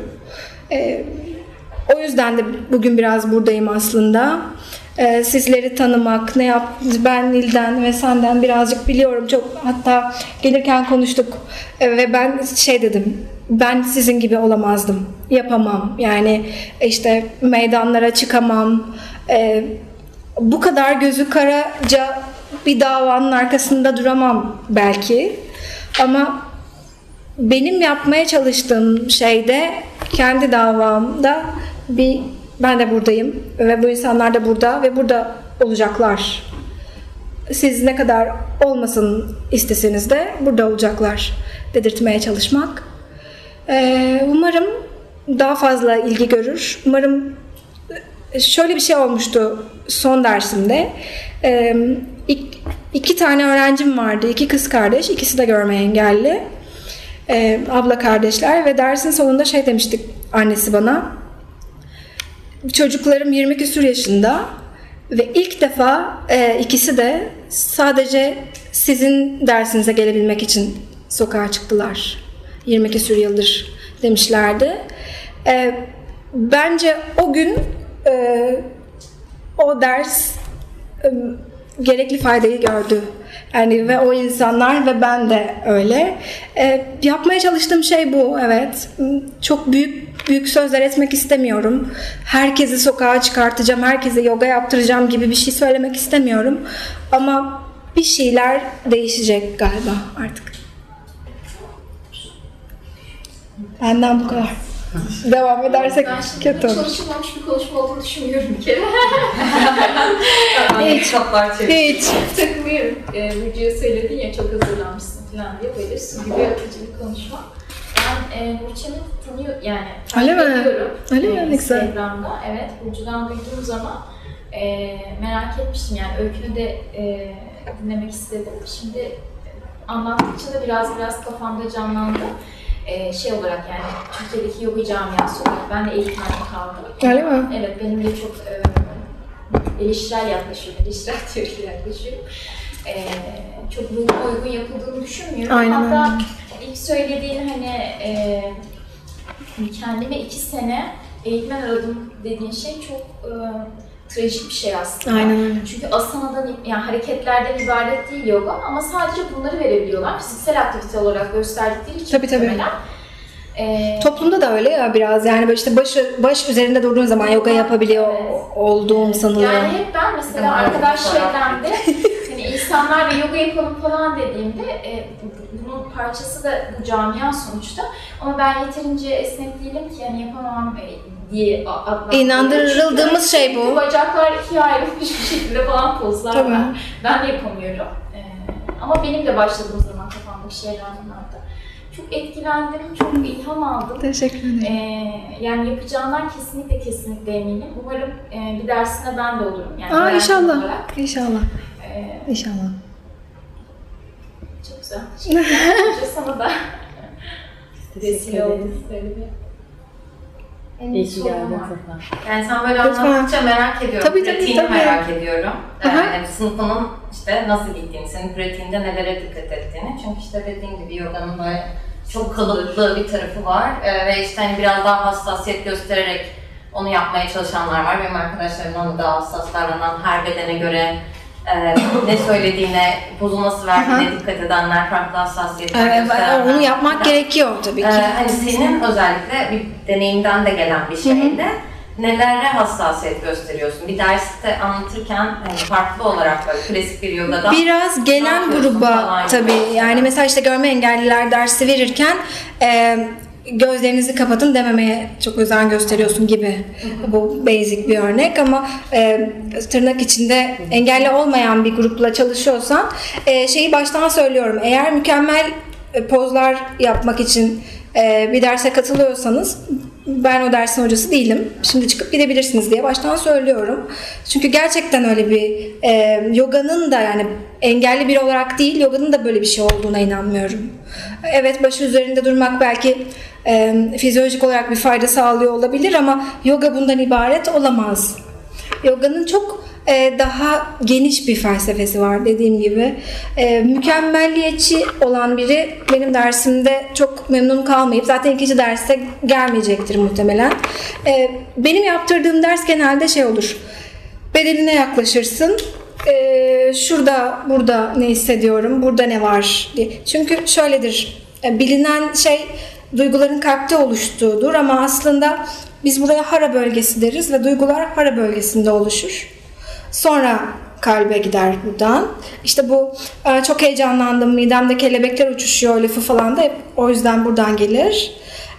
O yüzden de bugün biraz buradayım aslında. Sizleri tanımak, ben Nil'den ve senden birazcık biliyorum. Çok, hatta gelirken konuştuk ve ben şey dedim. Ben sizin gibi olamazdım. Yapamam. Yani işte meydanlara çıkamam. Bu kadar gözü karaca bir davanın arkasında duramam belki. Ama benim yapmaya çalıştığım şeyde kendi davamda ben de buradayım ve bu insanlar da burada ve burada olacaklar. Siz ne kadar olmasın isteseniz de burada olacaklar dedirtmeye çalışmak. Umarım daha fazla ilgi görür. Umarım şöyle bir şey olmuştu son dersimde. İki tane öğrencim vardı. 2 kız kardeş. İkisi de görme engelli. Abla kardeşler ve dersin sonunda şey demiştik annesi bana. Çocuklarım 20 küsur yaşında ve ilk defa ikisi de sadece sizin dersinize gelebilmek için sokağa çıktılar. 20 küsur yıldır demişlerdi. Bence o gün o ders gerekli faydayı gördü. Yani ve o insanlar ve ben de öyle. Yapmaya çalıştığım şey bu, evet. Çok büyük sözler etmek istemiyorum. Herkesi sokağa çıkartacağım, herkese yoga yaptıracağım gibi bir şey söylemek istemiyorum. Ama bir şeyler değişecek galiba artık. Benden bu kadar. Devam edersek kötü olur. Çalışılmamış bir konuşma olduğunu düşünmüyorum bir kere. Hiç. Takmıyorum. Burcu'ya söyledin ya çok hazırlanmışsın falan diye böyle su gibi akıcı bir konuşma. Ben Burçin'i tanıyorum yani. Öyle mi? Öyle mi? Ne güzel. Instagram'da. Evet. Burcu'dan duyduğum zaman merak etmiştim yani öykünü de dinlemek istedim. Şimdi anlattıkça da biraz kafamda canlandı. Şey olarak yani Türkiye'deki yoga camiası olarak ben de eğitmenlik kaldım. Öyle mi? Evet, benim de çok eleştirel yaklaşıyorum, eleştirel teoriyle yaklaşıyorum. Çok uygun yapıldığını düşünmüyorum. Aynen. Hatta ilk söylediğin hani kendime 2 sene eğitmen aradım dediğin şey çok trajik bir şey aslında. Aynen öyle. Çünkü asana'dan, yani hareketlerden ibaret değil yoga ama sadece bunları verebiliyorlar. Fiziksel aktivite olarak gösterdikleri için Tabii. Toplumda da öyle ya biraz yani böyle işte baş üzerinde durduğun zaman yoga yapabiliyor olduğum sanıyorum. Yani hep ben mesela arkadaş çevremde hani insanlar yoga yapalım falan dediğimde bunun parçası da bu camia sonuçta ama ben yeterince esnek değilim ki yani yapamam diye adlandırıyorum. İnandırıldığımız şey bu. Bacaklar 2'ye ayrılmış bir şekilde falan pozlar var. Ben de yapamıyorum. Ama benim de başladığım zaman kafamda bir şeyler vardı. Çok etkilendim, çok ilham aldım. Teşekkür ederim. Yani yapacağından kesinlikle eminim. Umarım bir dersine ben de olurum. Yani inşallah. Olarak. İnşallah. İnşallah. Çok güzel. Teşekkürler. Sana da vesile oldum. İyi ki geldin. Yani sen böyle anlattıkça merak ediyorum. Tabii. Merak ediyorum. Yani sınıfının işte nasıl gittiğini, senin pratiğinde nelere dikkat ettiğini. Çünkü işte dediğim gibi yoganın böyle çok kalıplı bir tarafı var. Ve işte hani biraz daha hassasiyet göstererek onu yapmaya çalışanlar var. Benim arkadaşlarımdan da daha hassas davranan, her bedene göre ne söylediğine, bozulması verdiğine dikkat edenler, farklı hassasiyetler gösterenler. Onu yapmak gerekiyor tabii ki. Hani senin özellikle bir deneyimden de gelen bir şeyde nelere hassasiyet gösteriyorsun? Bir derste anlatırken hani farklı olarak böyle klasik bir yogadan biraz gelen gruba tabii yani mesela işte görme engelliler dersi verirken gözlerinizi kapatın dememeye çok özen gösteriyorsun gibi. Bu basic bir örnek ama tırnak içinde engelli olmayan bir grupla çalışıyorsan şeyi baştan söylüyorum. Eğer mükemmel pozlar yapmak için bir derse katılıyorsanız ben o dersin hocası değilim. Şimdi çıkıp gidebilirsiniz diye baştan söylüyorum. Çünkü gerçekten öyle bir yoganın da yani engelli biri olarak değil yoganın da böyle bir şey olduğuna inanmıyorum. Evet başı üzerinde durmak belki fizyolojik olarak bir fayda sağlıyor olabilir ama yoga bundan ibaret olamaz. Yoganın çok daha geniş bir felsefesi var dediğim gibi. Mükemmelliyetçi olan biri benim dersimde çok memnun kalmayıp zaten ikinci derste gelmeyecektir muhtemelen. Benim yaptırdığım ders genelde şey olur. Bedenine yaklaşırsın. Şurada, burada ne hissediyorum, burada ne var diye. Çünkü şöyledir. Bilinen şey duyguların kalpte oluştuğudur ama aslında biz buraya hara bölgesi deriz ve duygular hara bölgesinde oluşur. Sonra kalbe gider buradan. İşte bu çok heyecanlandım, midemde kelebekler uçuşuyor lafı falan da hep o yüzden buradan gelir.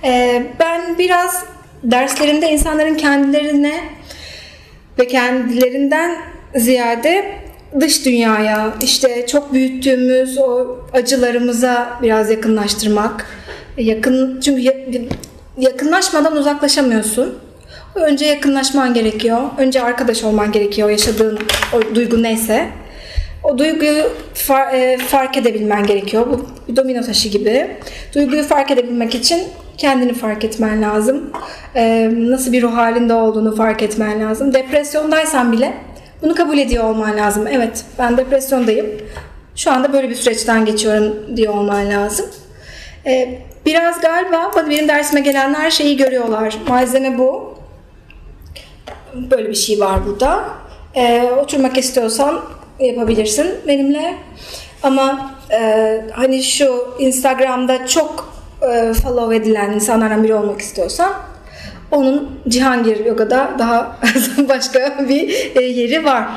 Ben biraz derslerimde insanların kendilerine ve kendilerinden ziyade dış dünyaya, işte çok büyüttüğümüz o acılarımıza biraz yakınlaştırmak. Çünkü yakınlaşmadan uzaklaşamıyorsun. Önce yakınlaşman gerekiyor. Önce arkadaş olman gerekiyor. Yaşadığın o duygu neyse. O duyguyu fark edebilmen gerekiyor. Bu bir domino taşı gibi. Duyguyu fark edebilmek için kendini fark etmen lazım. Nasıl bir ruh halinde olduğunu fark etmen lazım. Depresyondaysan bile bunu kabul ediyor olman lazım. Evet, ben depresyondayım. Şu anda böyle bir süreçten geçiyorum diyor olman lazım. Biraz galiba benim dersime gelenler şeyi görüyorlar. Malzeme bu. Böyle bir şey var burada. Oturmak istiyorsan yapabilirsin benimle. Ama hani şu Instagram'da çok follow edilen insanlardan biri olmak istiyorsan onun Cihangir Yoga'da daha başka bir yeri var.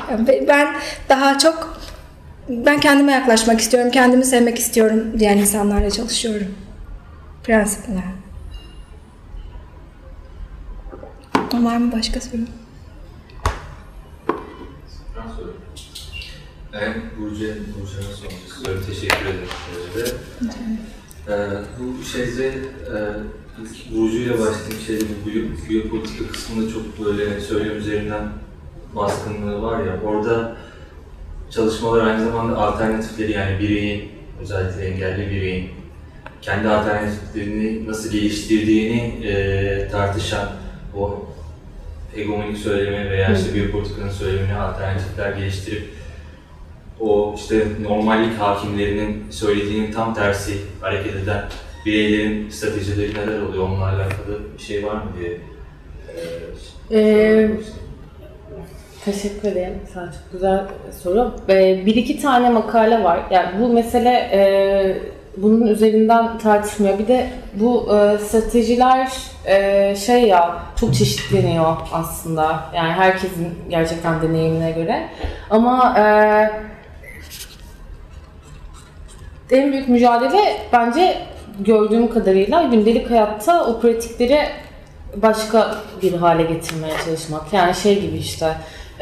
Ben kendime yaklaşmak istiyorum, kendimi sevmek istiyorum diyen insanlarla çalışıyorum. Prensipler. Var mı başka soru? Ben Burcu'ya sormak teşekkür ederim. Bu şeyde ilk Burcu'yla başladığım şeyde bu biyopolitika kısmında çok böyle söylem üzerinden baskınlığı var ya, orada çalışmalar aynı zamanda alternatifleri, yani bireyin, özellikle engelli bireyin kendi alternatiflerini nasıl geliştirdiğini tartışan, o hegemonik söyleme veya işte biyopolitikanın söylemine alternatifler geliştirip o işte normallik hakimlerinin söylediğinin tam tersi hareket eden bireylerin stratejileri neler oluyor, onunla alakalı bir şey var mı diye. Teşekkür ederim. Çok güzel soru. Bir iki tane makale var. Yani bu mesele bunun üzerinden tartışmıyor. Bir de bu stratejiler çok çeşitleniyor aslında. Yani herkesin gerçekten deneyimine göre. Ama en büyük mücadele bence gördüğüm kadarıyla gündelik hayatta o pratikleri başka bir hale getirmeye çalışmak. Yani şey gibi işte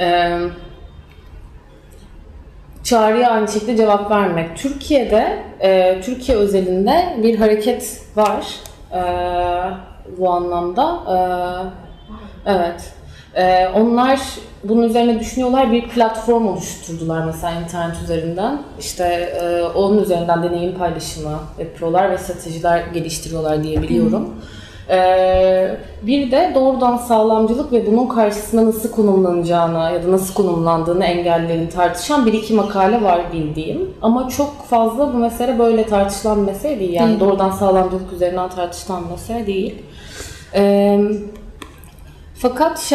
çağrıya aynı şekilde cevap vermek. Türkiye'de, Türkiye özelinde bir hareket var bu anlamda. Evet. Onlar bunun üzerine düşünüyorlar, bir platform oluşturdular mesela internet üzerinden. İşte onun üzerinden deneyim paylaşımı yapıyorlar ve stratejiler geliştiriyorlar diye biliyorum. Bir de doğrudan sağlamcılık ve bunun karşısına nasıl konumlanacağını ya da nasıl konumlandığını engellilerin tartışan bir iki makale var bildiğim. Ama çok fazla bu mesele böyle tartışılan bir mesele değil. Yani doğrudan sağlamcılık üzerinden tartışılan bir mesele değil. Fakat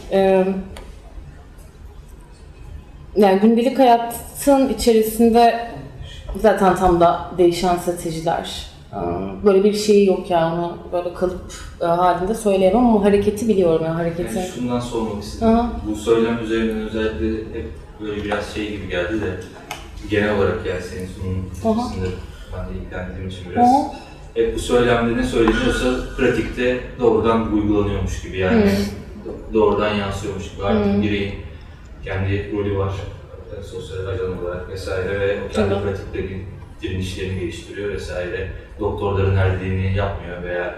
yani gündelik hayatın içerisinde zaten tam da değişen stratejiler. Böyle bir şey yok yani, onu böyle kalıp halinde söyleyemem ama hareketi biliyorum yani hareketi. Yani şundan sormak istedim. Bu söylem üzerinden özellikle hep böyle biraz şey gibi geldi de genel olarak yani senin sunum açısında ben de ilgilendiğim için biraz hep bu söylemde ne söyleniyorsa pratikte doğrudan uygulanıyormuş gibi yani doğrudan yansıyormuş gibi. Artık bireyin kendi rolü var sosyal ajan olarak vesaire ve o kendi pratikte direnişlerini geliştiriyor vesaire. Doktorların her dediğini yapmıyor veya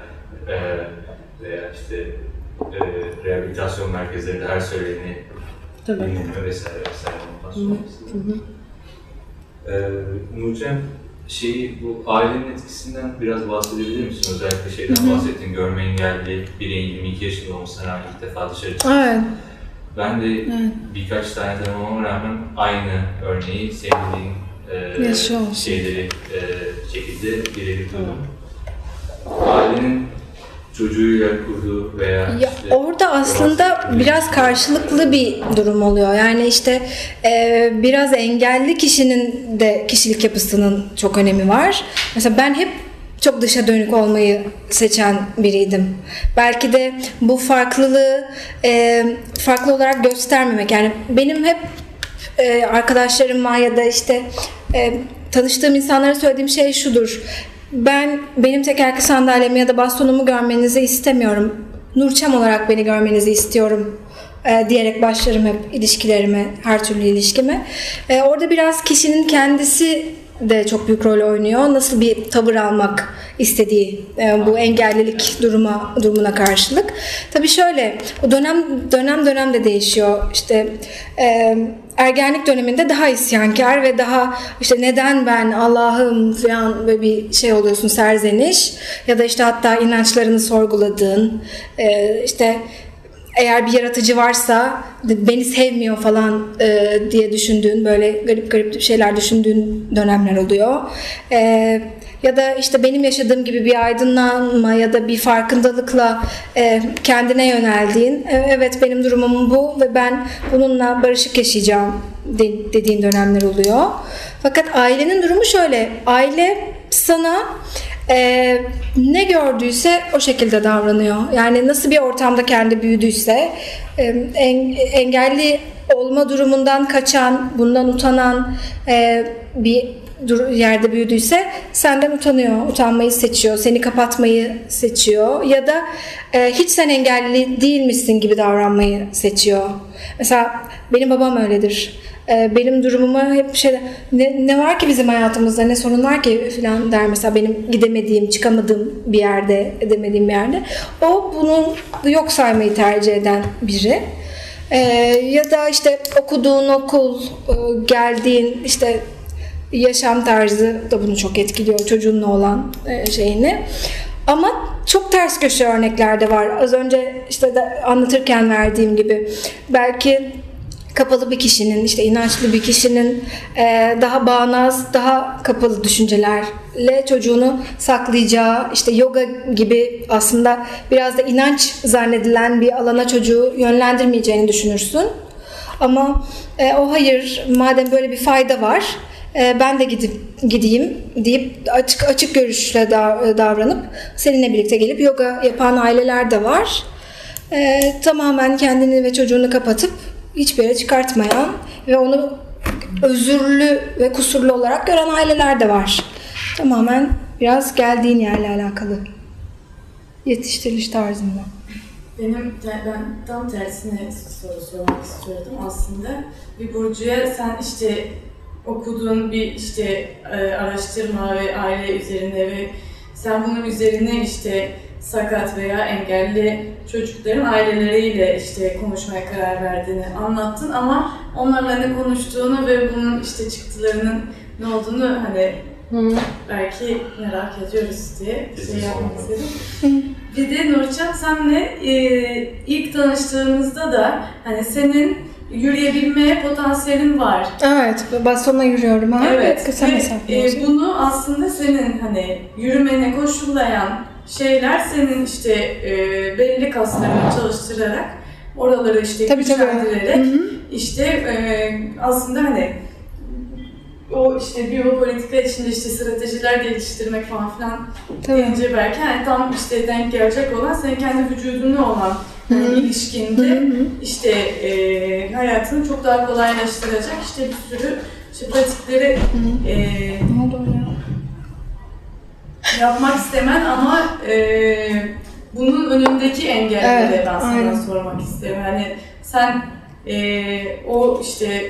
işte rehabilitasyon merkezlerinde her söylediğini dinlemiyor vesaire vesaire. Nurcem, bu ailenin etkisinden biraz bahsedebilir misin? Özellikle şeyden bahsettin, görme engelli bireyin 22 yaşında olmasına rağmen ilk defa dışarı çıktı. Evet. Ben de birkaç tane tanımama rağmen aynı örneği sevdiğim şeyleri şekilde birebir duydum. Ailenin çocuğuyla kurduğu veya işte orada aslında biraz karşılıklı bir durum oluyor. Yani işte biraz engelli kişinin de kişilik yapısının çok önemi var. Mesela ben hep çok dışa dönük olmayı seçen biriydim. Belki de bu farklılığı farklı olarak göstermemek. Yani benim hep arkadaşlarıma ya da işte tanıştığım insanlara söylediğim şey şudur. benim tekerlekli sandalyemi ya da bastonumu görmenizi istemiyorum. Nurçam olarak beni görmenizi istiyorum diyerek başlarım hep ilişkilerime, her türlü ilişkime. Orada biraz kişinin kendisi de çok büyük rol oynuyor. Nasıl bir tavır almak istediği bu engellilik durumuna karşılık. Tabii şöyle, o dönem de değişiyor. İşte ergenlik döneminde daha isyankar ve daha işte neden ben Allah'ım falan böyle bir şey oluyorsun, serzeniş ya da işte hatta inançlarını sorguladığın, işte eğer bir yaratıcı varsa beni sevmiyor falan diye düşündüğün, böyle garip şeyler düşündüğün dönemler oluyor. Ya da işte benim yaşadığım gibi bir aydınlanma ya da bir farkındalıkla kendine yöneldiğin, evet benim durumum bu ve ben bununla barışık yaşayacağım dediğin dönemler oluyor. Fakat ailenin durumu şöyle, aile sana ne gördüyse o şekilde davranıyor. Yani nasıl bir ortamda kendi büyüdüyse, engelli olma durumundan kaçan, bundan utanan bir yerde büyüdüyse senden utanıyor, utanmayı seçiyor, seni kapatmayı seçiyor ya da hiç sen engelli değilmişsin gibi davranmayı seçiyor. Mesela benim babam öyledir. Benim durumuma hep ne var ki bizim hayatımızda, ne sorun var ki falan der mesela, benim gidemediğim, çıkamadığım bir yerde, edemediğim bir yerde. O bunu yok saymayı tercih eden biri. Ya da işte okuduğun okul, geldiğin işte yaşam tarzı da bunu çok etkiliyor, çocuğunla olan şeyini. Ama çok ters köşe örnekler de var. Az önce işte de anlatırken verdiğim gibi belki kapalı bir kişinin, işte inançlı bir kişinin daha bağnaz, daha kapalı düşüncelerle çocuğunu saklayacağı, işte yoga gibi aslında biraz da inanç zannedilen bir alana çocuğu yönlendirmeyeceğini düşünürsün. Ama o hayır, madem böyle bir fayda var, ben de gideyim deyip açık görüşle davranıp seninle birlikte gelip yoga yapan aileler de var. Tamamen kendini ve çocuğunu kapatıp hiçbir yere çıkartmayan ve onu özürlü ve kusurlu olarak gören aileler de var. Tamamen biraz geldiğin yerle alakalı. Yetiştiriliş tarzında. Ben tam tersine soru sormak istiyordum aslında. Bir Burcu'ya sen işte okuduğun bir işte araştırma ve aile üzerine ve sen bunun üzerine işte sakat veya engelli çocukların aileleriyle işte konuşmaya karar verdiğini anlattın ama onlarla ne konuştuğunu ve bunun işte çıktılarının ne olduğunu hani belki merak ediyoruz diye şey yapmak istedim. Bir de Nurçam, senle ilk tanıştığımızda da hani senin yürüyebilmeye potansiyelin var. Evet, bastonla yürüyorum ha. Evet. Ve bunu aslında senin hani yürümene koşullayan şeyler senin işte belli kaslarını çalıştırarak, oraları işte güçlendirerek işte aslında hani o işte biyopolitika içinde işte stratejiler geliştirmek falan filan deyince belki hani tam işte denk gelecek olan senin kendi vücudunla olan hani ilişkinde işte hayatını çok daha kolaylaştıracak işte bir sürü işte pratikleri yapmak istemen ama bunun önündeki engelleri ben sana sormak isterim. Yani sen o işte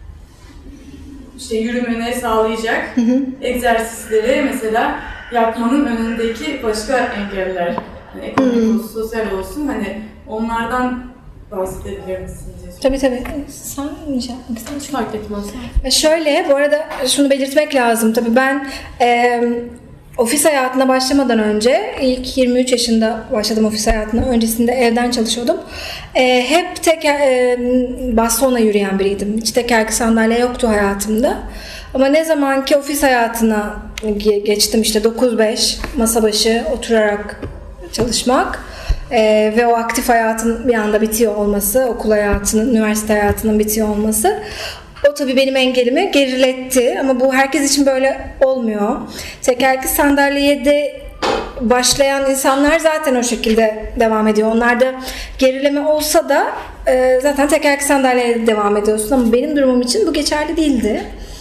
yürümene sağlayacak egzersizleri mesela yapmanın önündeki başka engeller, hani ekonomik olsun, sosyal olsun, hani onlardan bahsedebilir misin diye. Tabii. Sen mi şey yapmak istersin? Hiç fark etmez. Şöyle, bu arada şunu belirtmek lazım. Tabii ben ofis hayatına başlamadan önce, ilk 23 yaşında başladım ofis hayatına. Öncesinde evden çalışıyordum. Hep bastonla yürüyen biriydim. Hiç tekerlekli sandalye yoktu hayatımda. Ama ne zaman ki ofis hayatına geçtim, işte 9-5 masa başı oturarak çalışmak ve o aktif hayatın bir anda bitiyor olması, okul hayatının, üniversite hayatının bitiyor olması, o tabii benim engelimi geriletti. Ama bu herkes için böyle olmuyor. Tekerlekli sandalyeye de başlayan insanlar zaten o şekilde devam ediyor. Onlarda gerileme olsa da zaten tekerlekli sandalyeye devam ediyorsun. Ama benim durumum için bu geçerli değildi.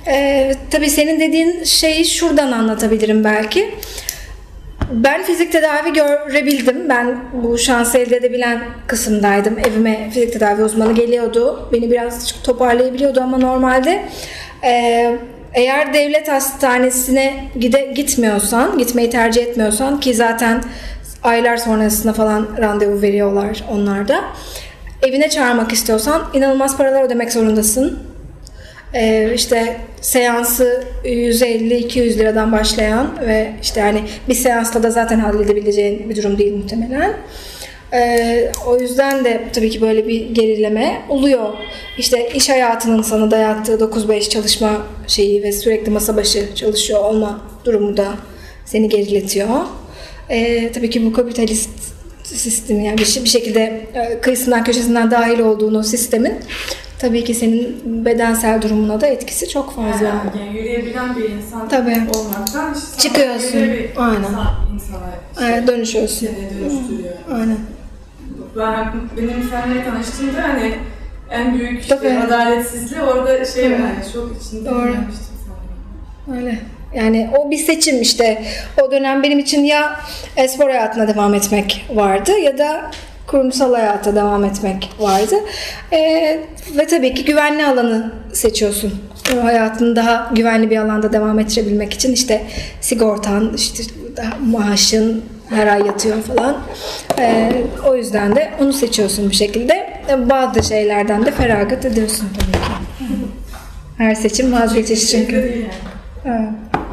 Tabii senin dediğin şeyi şuradan anlatabilirim belki. Ben fizik tedavi görebildim. Ben bu şansı elde edebilen kısımdaydım. Evime fizik tedavi uzmanı geliyordu. Beni biraz toparlayabiliyordu ama normalde eğer devlet hastanesine gitmeyi tercih etmiyorsan ki zaten aylar sonrasında falan randevu veriyorlar onlar da. Evine çağırmak istiyorsan inanılmaz paralar ödemek zorundasın. İşte seansı 150-200 liradan başlayan ve işte hani bir seansla da zaten halledebileceğin bir durum değil muhtemelen. O yüzden de tabii ki böyle bir gerileme oluyor. İşte iş hayatının sana dayattığı 9-5 çalışma şeyi ve sürekli masa başı çalışıyor olma durumu da seni geriletiyor. Tabii ki bu kapitalist sistem, yani bir şekilde kıyısından köşesinden dahil olduğun o sistemin tabii ki senin bedensel durumuna da etkisi çok fazla. Yani yürüyebilen bir insan olmaktan çıkıyorsun. Aynen. İnsana dönüşüyorsun. Dönüştürüyor. Aynen. Benim seninle tanıştığımda hani en büyük adaletsizliği orada var yani şok içinde dinlemiştim sana. Öyle. Yani o bir seçim işte. O dönem benim için ya spor hayatına devam etmek vardı ya da kurumsal hayata devam etmek vardı. Ve tabii ki güvenli alanı seçiyorsun. Hayatını daha güvenli bir alanda devam ettirebilmek için işte sigortan, işte maaşın her ay yatıyor falan. O yüzden de onu seçiyorsun bir şekilde. Bazı şeylerden de feragat ediyorsun tabii ki. Her seçim vazgeçiş çünkü. Evet.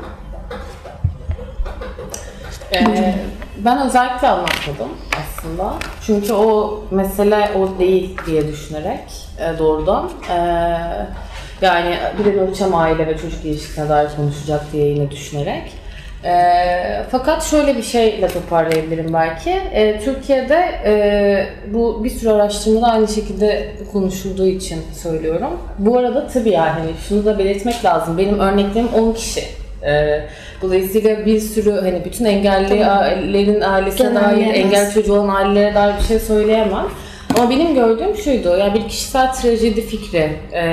Ben özellikle anlatmadım aslında. Çünkü o mesele o değil diye düşünerek doğrudan. Yani bir de Nurçam aile ve çocuk ilişkisine dair konuşacak diye yine düşünerek. Fakat şöyle bir şeyle toparlayabilirim belki. Türkiye'de bu bir sürü araştırmada aynı şekilde konuşulduğu için söylüyorum. Bu arada tabii yani şunu da belirtmek lazım. Benim örneklerim 10 kişi. Dolayısıyla bir sürü hani bütün engellilerin ailesine dair, engelli çocuğu olan ailelere dair bir şey söyleyemem. Ama benim gördüğüm şuydu, yani bir kişisel trajedi fikri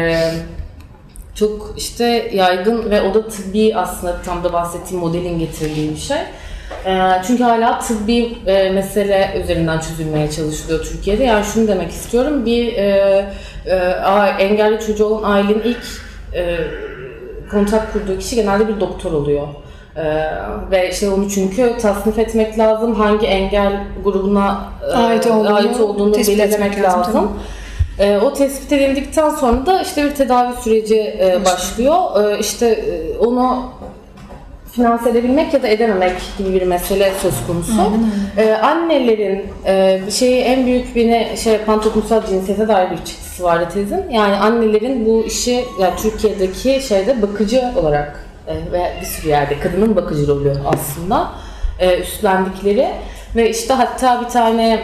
çok işte yaygın ve o da tıbbi aslında tam da bahsettiğim modelin getirdiği bir şey. Çünkü hala tıbbi mesele üzerinden çözülmeye çalışılıyor Türkiye'de. Yani şunu demek istiyorum, bir engelli çocuğu olan ailenin ilk kontak kurduğu kişi genelde bir doktor oluyor. Ve işte onu çünkü tasnif etmek lazım, hangi engel grubuna ait olduğunu belirlemek lazım. O tespit edildikten sonra da işte bir tedavi süreci başlıyor. İşte onu finanse edebilmek ya da edememek gibi bir mesele söz konusu. Annelerin en büyük yapan toplumsal cinsiyete dair bir çıktısı vardı tezin. Yani annelerin bu işi yani Türkiye'deki bakıcı olarak ve bir sürü yerde kadının bakıcı rolü aslında üstlendikleri ve işte hatta bir tane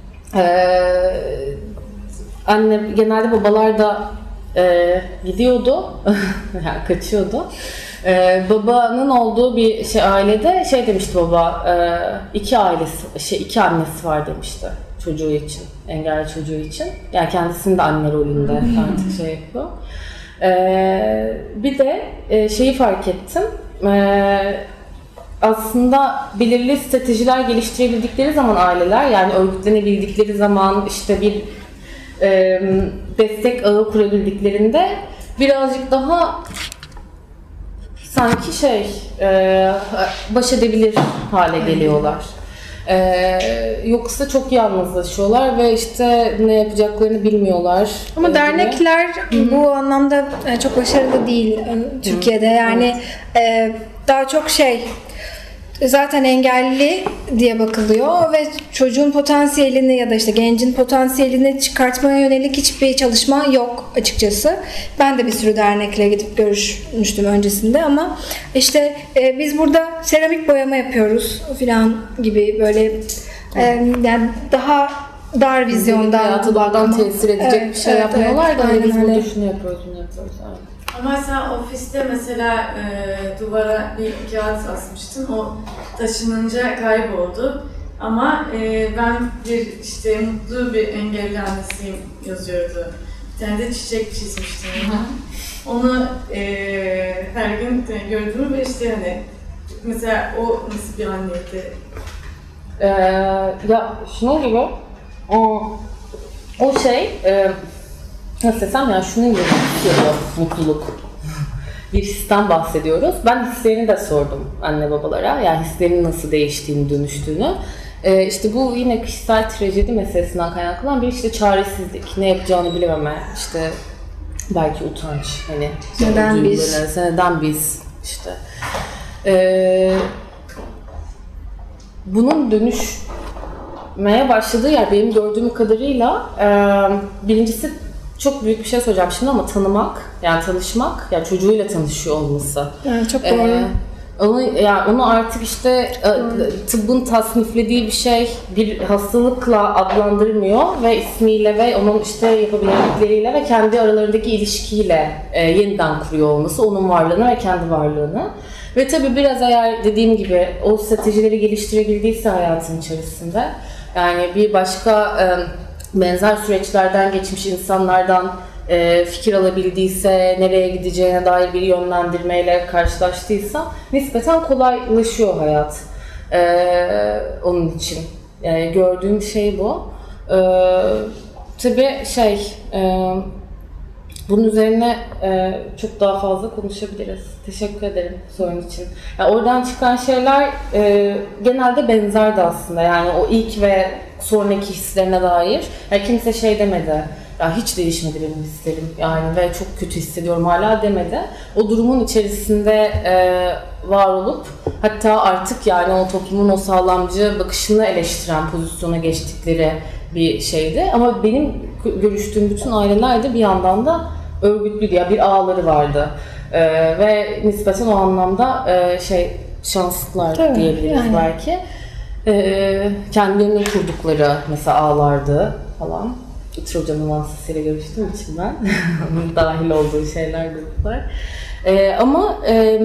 anne, genelde babalar da gidiyordu, yani kaçıyordu. Babanın olduğu bir ailede demişti baba, iki annesi var demişti çocuğu için, engelli çocuğu için. Yani kendisinin de anne rolünde artık yapıyor. Bir de şeyi fark ettim. Aslında belirli stratejiler geliştirebildikleri zaman aileler, yani örgütlenebildikleri zaman işte bir destek ağı kurabildiklerinde birazcık daha sanki baş edebilir hale geliyorlar. Yoksa çok yalnızlaşıyorlar ve işte ne yapacaklarını bilmiyorlar. Ama dernekler bu anlamda çok başarılı değil Türkiye'de. Yani daha çok zaten engelli diye bakılıyor ve çocuğun potansiyelini ya da işte gencin potansiyelini çıkartmaya yönelik hiçbir çalışma yok açıkçası. Ben de bir sürü dernekle gidip görüşmüştüm öncesinde ama işte biz burada seramik boyama yapıyoruz falan gibi böyle yani daha dar vizyondan hayatı tesir edecek bir şey yapmıyorlar da biz burada şunu yapıyoruz, bunu yapıyoruz. Ama sen ofiste mesela duvara bir kağıt asmıştın, o taşınınca kayboldu. Ama ben bir mutlu bir engelli annesiyim yazıyordu. Bir tane de çiçek çizmiştim. onu her gün gördüğümü ve işte hani mesela o nasıl bir anneydi? Ya şunun gibi o şey nasıl desem ya şunun gibi istiyor mutluluk. Bir histen bahsediyoruz. Ben hislerini de sordum anne babalara. Yani hislerinin nasıl değiştiğini, dönüştüğünü. İşte bu yine kişisel trajedi meselesinden kaynaklanan bir işte çaresizlik, ne yapacağını bilememe, işte belki utanç, hani neden biz? Neden biz işte. Bunun dönüşmeye başladığı yer benim gördüğüm kadarıyla birincisi çok büyük bir şey söyleyeceğim şimdi ama tanımak, yani tanışmak, yani çocuğuyla tanışıyor olması. Yani çok doğru. Onu artık işte tıbbın tasniflediği bir şey, bir hastalıkla adlandırmıyor ve ismiyle ve onun işte yapabildikleriyle ve kendi aralarındaki ilişkiyle yeniden kuruyor olması, onun varlığını ve kendi varlığını. Ve tabii biraz eğer dediğim gibi o stratejileri geliştirebildiyse hayatın içerisinde, yani bir başka benzer süreçlerden geçmiş insanlardan fikir alabildiyse, nereye gideceğine dair bir yönlendirmeyle karşılaştıysa nispeten kolaylaşıyor hayat onun için. Yani gördüğüm şey bu. Tabii bunun üzerine çok daha fazla konuşabiliriz. Teşekkür ederim sorun için. Yani oradan çıkan şeyler genelde benzerdi aslında. Yani o ilk ve sonraki hislerine dair. Yani kimse şey demedi. Ya hiç değişmedi benim hislerim yani ve çok kötü hissediyorum hala demedi. O durumun içerisinde var olup hatta artık yani o toplumun o sağlamcı bakışını eleştiren pozisyona geçtikleri bir şeydi. Ama benim görüştüğüm bütün ailelerde bir yandan da örgütlüydü. Ya bir ağları vardı. Ve nispeten o anlamda şanslılar tabii, diyebiliriz yani. Belki. Kendilerinin kurdukları mesela ağlardı falan. İtir Hoca'nın vasıtasıyla görüştüğüm için ben. Onun dahil olduğu şeyler, gruplar. Ama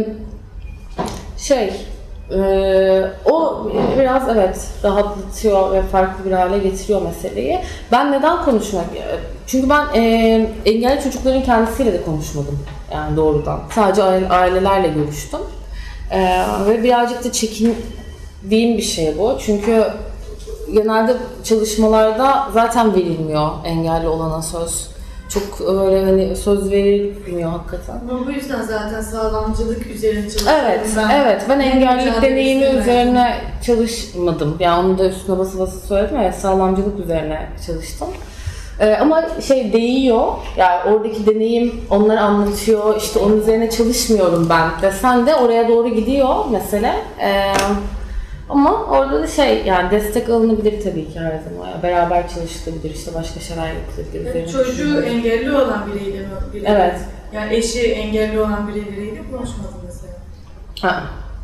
o biraz evet rahatlatıyor ve farklı bir hale getiriyor meseleyi. Ben neden konuşmak? Çünkü ben engelli çocukların kendisiyle de konuşmadım yani doğrudan. Sadece ailelerle görüştüm. Ve birazcık da çekindiğim bir şey bu. Çünkü genelde çalışmalarda zaten verilmiyor engelli olana söz. Çok öyle hani söz verilmiyor hakikaten. Ama bu yüzden zaten sağlamcılık üzerine çalışıyorum. Evet. Ben engellilik deneyimi üzerine çalışmadım. Yani onu da üstüne basa söyledim. Evet, sağlamcılık üzerine çalıştım. Ama değiyor. Yani oradaki deneyim onları anlatıyor. İşte onun üzerine çalışmıyorum ben desen de oraya doğru gidiyor mesele. Ama orada da yani destek alınabilir tabii ki her zaman. Yani beraber çalışılabilir, işte başka şeyler yapılabilir. Yani çocuğu engelli olan biriyle mi? Evet. Yani eşi engelli olan biriyle konuşmadım mesela. Ha.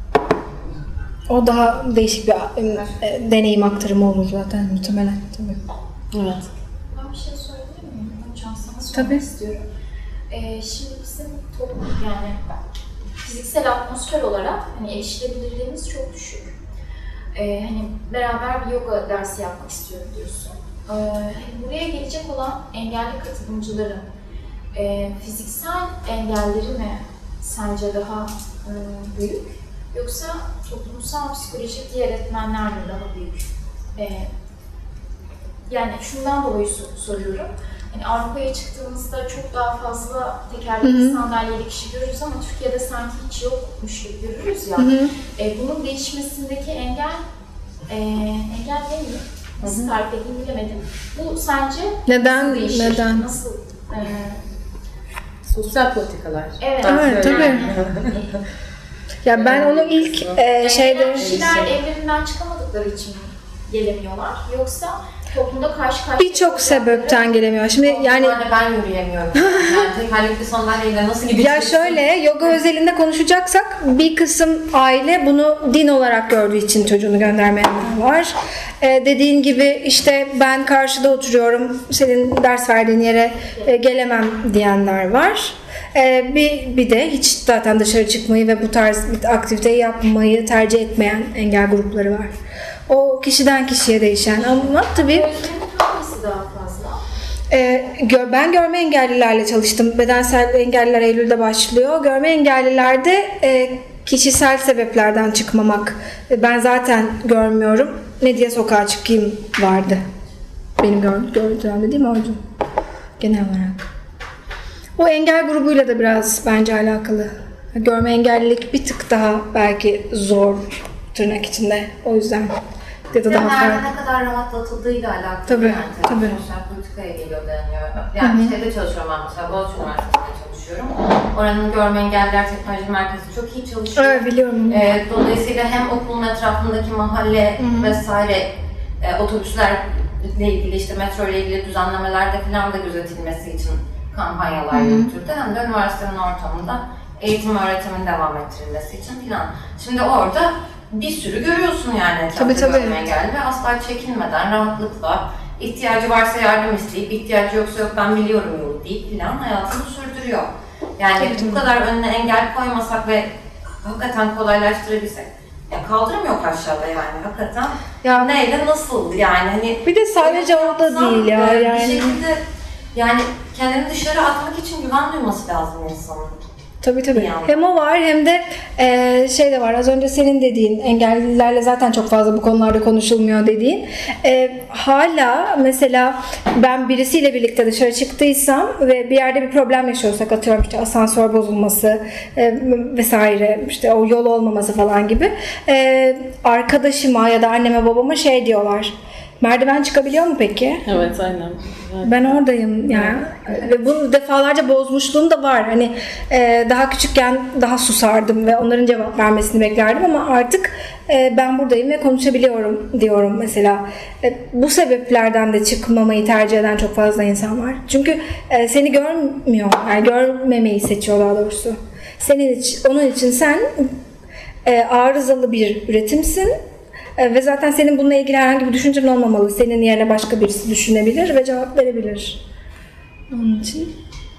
O daha değişik bir deneyim aktarımı olur zaten muhtemelen. Tabii. Evet. Ben bir şey söyleyebilir miyim? Hocam sana sormak istiyorum. Şimdi bizim toplum yani fiziksel atmosfer olarak hani erişilebilirliğimiz çok düşük. Hani beraber bir yoga dersi yapmak istiyorum diyorsun. Buraya gelecek olan engelli katılımcıların fiziksel engelleri mi sence daha büyük? Yoksa toplumsal psikolojik diğer etmenler mi daha büyük? Yani şundan dolayı soruyorum. Yani Avrupa'ya çıktığımızda çok daha fazla tekerlekli sandalyeli kişi görürüz ama Türkiye'de sanki hiç yokmuş gibi görürüz ya. Bunun değişmesindeki engel değil mi? Nasıl tarif edeyim bilemedim. Bu sence neden? Nasıl? Sosyal politikalar. Evet tabii. Ya ben onu ilk kişiler evlerinden çıkamadıkları için gelemiyorlar. Yoksa toplumda karşı karşıya birçok sebepten gelemiyor. Şimdi yani ben yürüyemiyorum. Yani tekerlekli sandalyeyle nasıl gideceğiz? Ya şöyle yoga özelinde konuşacaksak bir kısım aile bunu din olarak gördüğü için çocuğunu göndermeyenler var. Dediğin gibi işte ben karşıda oturuyorum, senin ders verdiğin yere gelemem diyenler var. Bir de hiç zaten dışarı çıkmayı ve bu tarz bir aktiviteyi yapmayı tercih etmeyen engel grupları var. O kişiden kişiye değişen ama tabii hangisi daha fazla? Ben görme engellilerle çalıştım. Bedensel engelliler Eylül'de başlıyor. Görme engellilerde kişisel sebeplerden çıkmamak. Ben zaten görmüyorum. Ne diye sokağa çıkayım vardı. Benim gördüğüm değil mi hocam? Genel olarak. O engel grubuyla da biraz bence alakalı. Görme engellilik bir tık daha belki zor tırnak içinde. O yüzden ya da daha nerede farklı. ne kadar rahatlatıldığıyla alakalı. Tabii, yani, tabii. Sosyal politikaya geliyor deniyor. Yani şeyde çalışıyorum ben mesela, Boğaziçi Üniversitesi'nde çalışıyorum. Oranın görme engelliler teknoloji merkezi çok iyi çalışıyor. Evet, biliyorum. Dolayısıyla hem okulun etrafındaki mahalle vesaire otobüslerle ilgili, işte metro ile ilgili düzenlemelerde falan da gözetilmesi için kampanyalar yürütüldü. Hem de üniversitenin ortamında eğitim öğretimin devam ettirilmesi için falan. Şimdi orada bir sürü görüyorsun yani etrafta görme engelli ve asla çekinmeden, rahatlıkla, ihtiyacı varsa yardım isteyip, ihtiyacı yoksa yok ben biliyorum yolu deyip falan hayatını sürdürüyor. Yani bu kadar önüne engel koymasak ve hakikaten kolaylaştırabilsek, ya kaldırım yok aşağıda yani hakikaten. Ya neyle nasıl yani hani bir de sadece orada değil ya yani. Bir şekilde yani kendini dışarı atmak için güven duyması lazım insanın. Tabii. Hem o var hem de şey de var. Az önce senin dediğin, engellilerle zaten çok fazla bu konularda konuşulmuyor dediğin. Hala mesela ben birisiyle birlikte dışarı çıktıysam ve bir yerde bir problem yaşıyorsak, atıyorum işte asansör bozulması vesaire, işte o yol olmaması falan gibi, arkadaşıma ya da anneme babama şey diyorlar. Merdiven çıkabiliyor mu peki? Evet, aynen. Evet. Ben oradayım yani. Ve bunu defalarca bozmuşluğum da var. Hani daha küçükken daha susardım ve onların cevap vermesini beklerdim ama artık ben buradayım ve konuşabiliyorum diyorum mesela. Bu sebeplerden de çıkmamayı tercih eden çok fazla insan var. Çünkü seni görmüyor. Yani görmemeyi seçiyor daha doğrusu. Onun için sen arızalı bir üretimsin. Ve zaten senin bununla ilgili herhangi bir düşüncen olmamalı. Senin yerine başka birisi düşünebilir ve cevap verebilir. Onun için.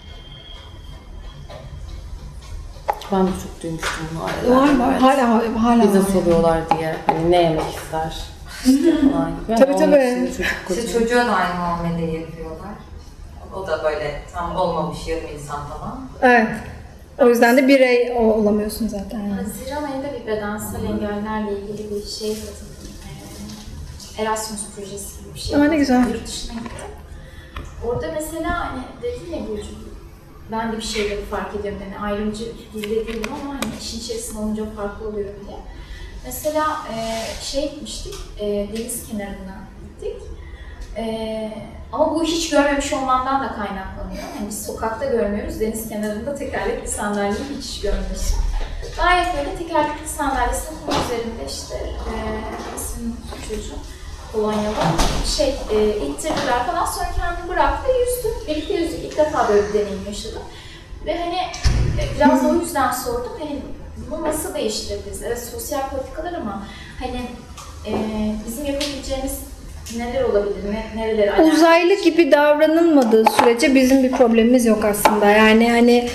Ben de çok duymuştum bunu aileden. Var. Hala. Bize soruyorlar diye. Hani ne yemek ister? Tabii. İşte çocuğa da aynı muameleyi yapıyorlar. O da böyle tam olmamış yarım insan falan. Evet. O yüzden de birey olamıyorsun zaten. Yani. Haziran ayında bir bedensel engellerle ilgili bir şey katıldım. Erasmus projesi gibi bir şey. Ne güzel. Yurt dışına gittim. Orada mesela hani dedin ya Burcu, ben de bir şeyleri fark ediyorum. Yani ayrımcı dilde değilim ama hani işin içerisinde olunca farklı oluyor diye. Mesela gitmiştik, deniz kenarına gittik. Ama bu hiç görmemiş olmamdan da kaynaklanıyor. Yani biz sokakta görmüyoruz, deniz kenarında tekerlekli sandalyeyi hiç görmüyorsun. Gayet böyle tekerlekli sandalyesinin kum üzerinde işte isim çocuğum Polonyalı ittirdiler falan, sonra kendini bıraktı, yüzdü. Birlikte yüzdük, ilk defa böyle bir deneyim yaşadım. Ve hani biraz da o yüzden sordum, hani bunu nasıl değiştirebiliriz? Evet, sosyal politikalar ama hani bizim yapabileceğimiz neler olabilir, nerelere? Uzaylı gibi davranılmadığı sürece bizim bir problemimiz yok aslında. Yani hani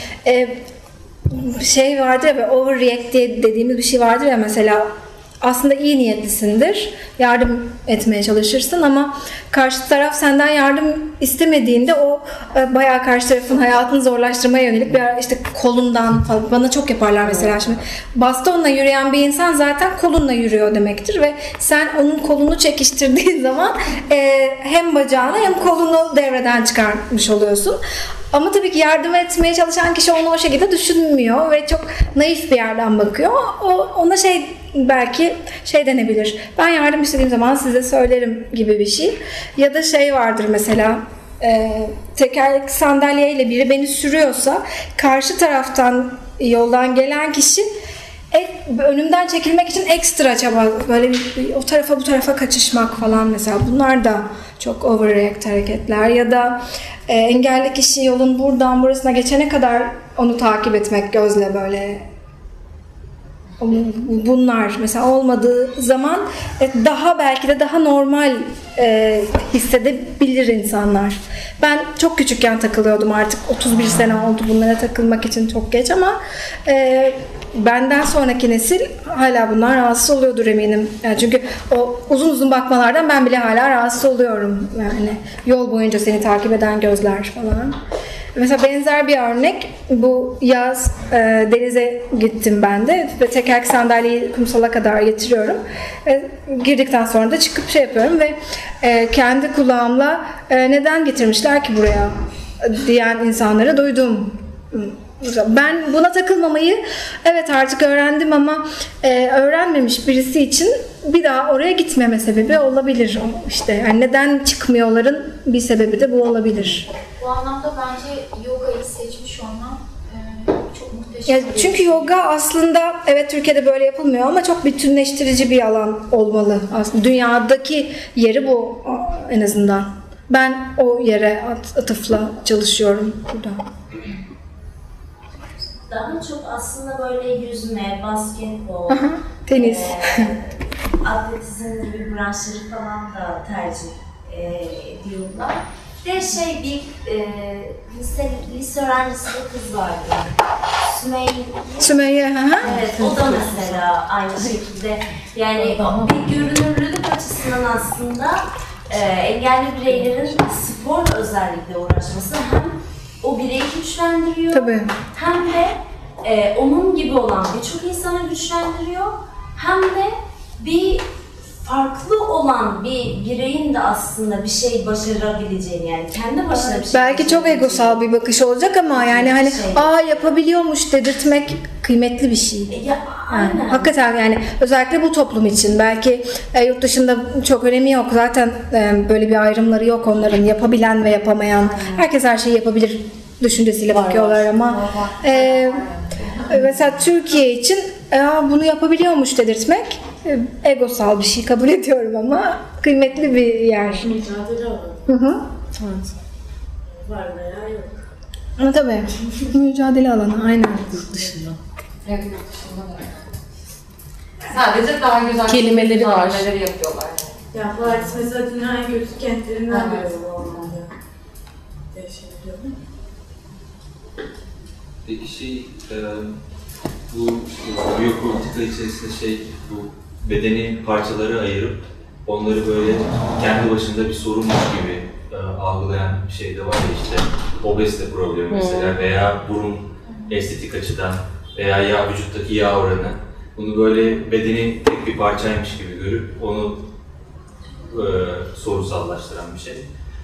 şey vardır ya, overreact diye dediğimiz bir şey vardır ya, mesela aslında iyi niyetlisindir, yardım etmeye çalışırsın ama karşı taraf senden yardım istemediğinde o bayağı karşı tarafın hayatını zorlaştırmaya yönelik bir işte kolundan falan, bana çok yaparlar mesela şimdi. Bastonla yürüyen bir insan zaten kolunla yürüyor demektir ve sen onun kolunu çekiştirdiğin zaman hem bacağını hem kolunu devreden çıkarmış oluyorsun. Ama tabii ki yardım etmeye çalışan kişi onu o şekilde düşünmüyor ve çok naif bir yerden bakıyor. Ona belki denebilir. Ben yardım istediğim zaman size söylerim gibi bir şey. Ya da vardır mesela, tekerlekli sandalyeyle biri beni sürüyorsa karşı taraftan yoldan gelen kişi önümden çekilmek için ekstra çaba, böyle o tarafa bu tarafa kaçışmak falan mesela, bunlar da çok overreact hareketler. Ya da engelli kişi yolun buradan burasına geçene kadar onu takip etmek gözle böyle bunlar mesela olmadığı zaman daha belki de daha normal hissedebilir insanlar. Ben çok küçükken takılıyordum, artık 31 sene oldu bunlara takılmak için çok geç, ama benden sonraki nesil hala bundan rahatsız oluyordur eminim. Yani çünkü o uzun uzun bakmalardan ben bile hala rahatsız oluyorum. Yani yol boyunca seni takip eden gözler falan. Mesela benzer bir örnek, bu yaz denize gittim ben de ve tekerlekli sandalyeyi kumsala kadar getiriyorum. Girdikten sonra da çıkıp şey yapıyorum ve kendi kulağımla neden getirmişler ki buraya diyen insanları duydum. Ben buna takılmamayı evet artık öğrendim, ama öğrenmemiş birisi için bir daha oraya gitmeme sebebi olabilir. İşte yani neden çıkmıyorların bir sebebi de bu olabilir. Bu anlamda bence yogayı seçmiş olman çok muhteşem. Ya çünkü yoga aslında evet Türkiye'de böyle yapılmıyor ama çok bütünleştirici bir alan olmalı aslında. Dünyadaki yeri bu en azından. Ben o yere atıfla çalışıyorum burada. Daha çok aslında böyle yüzme, basketbol, tenis, atletizm gibi branşları falan da tercih ediyorlar. Bir de bir lise öğrencisi bir kız vardı. Sümeyye. Evet, o da mesela aynı şekilde. Yani bir görünürlülük açısından aslında engelli bireylerin spor özellikle uğraşması hem o bireyi güçlendiriyor, tabii, hem de onun gibi olan birçok insanı güçlendiriyor, hem de bir farklı olan bir bireyin de aslında bir şey başarabileceğini, yani kendi başına bir şey belki çok egosal bir bakış olacak ama yani hani yapabiliyormuş dedirtmek kıymetli bir şey. Yani, hakikaten yani özellikle bu toplum için belki yurt dışında çok önemi yok zaten, böyle bir ayrımları yok onların, yapabilen ve yapamayan, herkes her şeyi yapabilir düşüncesiyle bakıyorlar ama mesela Türkiye için bunu yapabiliyormuş dedirtmek egosal bir şey, kabul ediyorum ama kıymetli bir yer. Mücadele var. Evet. Var veya yok. Ama tabii mücadele alanı aynen. Yurt dışında. Evet, yurt dışında da. Sadece daha güzel kelimeleri var. Yapıyorlar. Ya Paris mesela dünyanın en kötü kentlerinden biri bu anlamda. Değişebiliyor mu? Peki bu biyopolitika içerisinde bu bedeni parçalara ayırıp onları böyle kendi başında bir sorunmuş gibi algılayan bir şey de var ya, işte obezite problemi mesela veya burun estetik açıdan veya vücuttaki yağ oranı, bunu böyle bedeni tek bir parçaymış gibi görüp onu sorusallaştıran bir şey.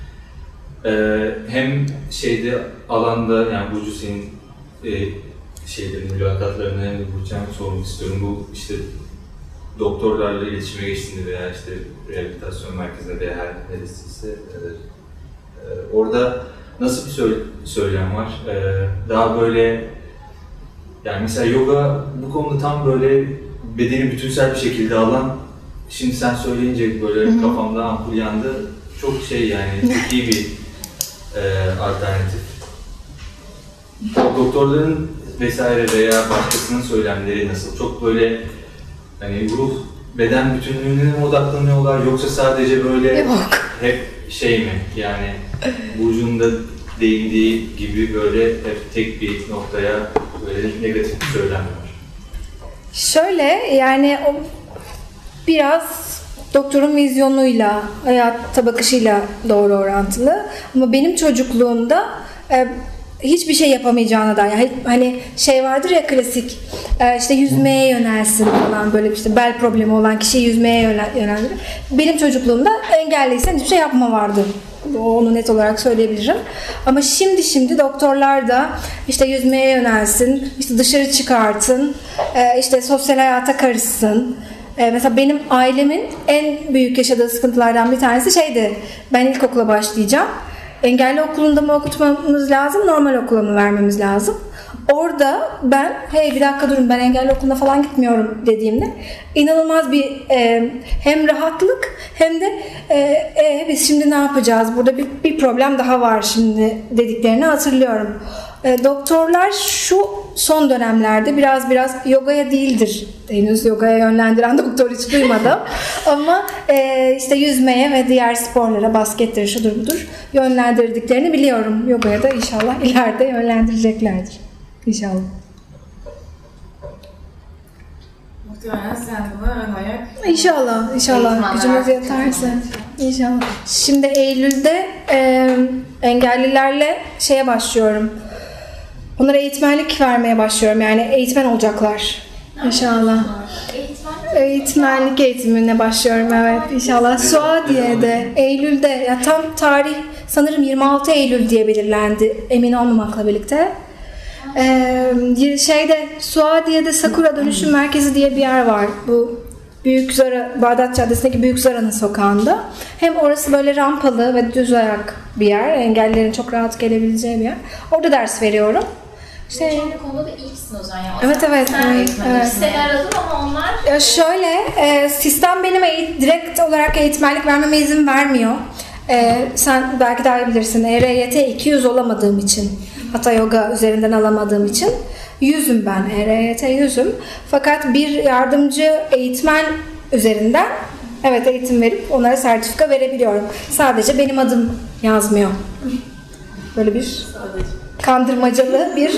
Hem alanda, yani Burcu senin mülakatlarını hem de Burcu'ya sormak istiyorum. Bu işte doktorlarla iletişime geçtiğinde veya işte rehabilitasyon merkezinde veya her neresiyse orada nasıl bir söylem var? Daha böyle, yani mesela yoga bu konuda tam böyle bedeni bütünsel bir şekilde alan, şimdi sen söyleyince böyle kafamda ampul yandı. Çok yani çok iyi bir alternatif. Doktorların vesaire veya başkasının söylemleri nasıl? Çok böyle hani ruh, beden bütünlüğüne odaklanıyorlar, yoksa sadece böyle hep mi? Yani Burcu'nun da değindiği gibi böyle hep tek bir noktaya böyle negatif bir söylem var. Şöyle, yani o biraz doktorun vizyonuyla, hayata bakışıyla doğru orantılı. Ama benim çocukluğumda hiçbir şey yapamayacağına dair, yani hani vardır ya klasik, işte yüzmeye yönelsin falan, böyle işte bel problemi olan kişi yüzmeye yöneldir. Benim çocukluğumda engelliysen hiçbir şey yapma vardı. Onu net olarak söyleyebilirim. Ama şimdi doktorlar da işte yüzmeye yönelsin, işte dışarı çıkartın, işte sosyal hayata karışsın. Mesela benim ailemin en büyük yaşadığı sıkıntılardan bir tanesi ben ilkokula başlayacağım. Engelli okulunda mı okutmamız lazım, normal okula mı vermemiz lazım? Orada ben, bir dakika durun, ben engelli okuluna falan gitmiyorum dediğimde inanılmaz bir hem rahatlık hem de biz şimdi ne yapacağız? Burada bir problem daha var şimdi dediklerini hatırlıyorum. Doktorlar şu son dönemlerde biraz yogaya değildir. Henüz yogaya yönlendiren doktor hiç duymadım. Ama işte yüzmeye ve diğer sporlara, baskettir, şudur budur yönlendirdiklerini biliyorum. Yogaya da inşallah ileride yönlendireceklerdir. İnşallah. Muhtemelen sen buna ön ayak. İnşallah gücümüz yeterse. İnşallah. Şimdi Eylül'de engellilerle şeye başlıyorum. Onlara eğitmenlik vermeye başlıyorum. Yani eğitmen olacaklar. İnşallah. Eğitmenlik eğitimine başlıyorum, evet inşallah. Suadiye'de, Eylül'de, ya tam tarih sanırım 26 Eylül diye belirlendi, emin olmamakla birlikte. Suadiye'de Sakura Dönüşüm Merkezi diye bir yer var. Bu Büyük Zara, Bağdat Caddesi'ndeki Büyük Zara'nın sokağında. Hem orası böyle rampalı ve düz ayak bir yer, engellilerin çok rahat gelebileceği bir yer. Orada ders veriyorum. Kendi konuda da ilksin o zaman. Yani Evet. Seni aradım ama onlar... Ya şöyle, sistem benim direkt olarak eğitmenlik vermeme izin vermiyor. Sen belki daha iyi bilirsin. ERYT 200 olamadığım için, Hatha Yoga üzerinden alamadığım için 100'üm ben. ERYT 100'üm. Fakat bir yardımcı eğitmen üzerinden eğitim verip onlara sertifika verebiliyorum. Sadece benim adım yazmıyor. Böyle bir kandırmacalı bir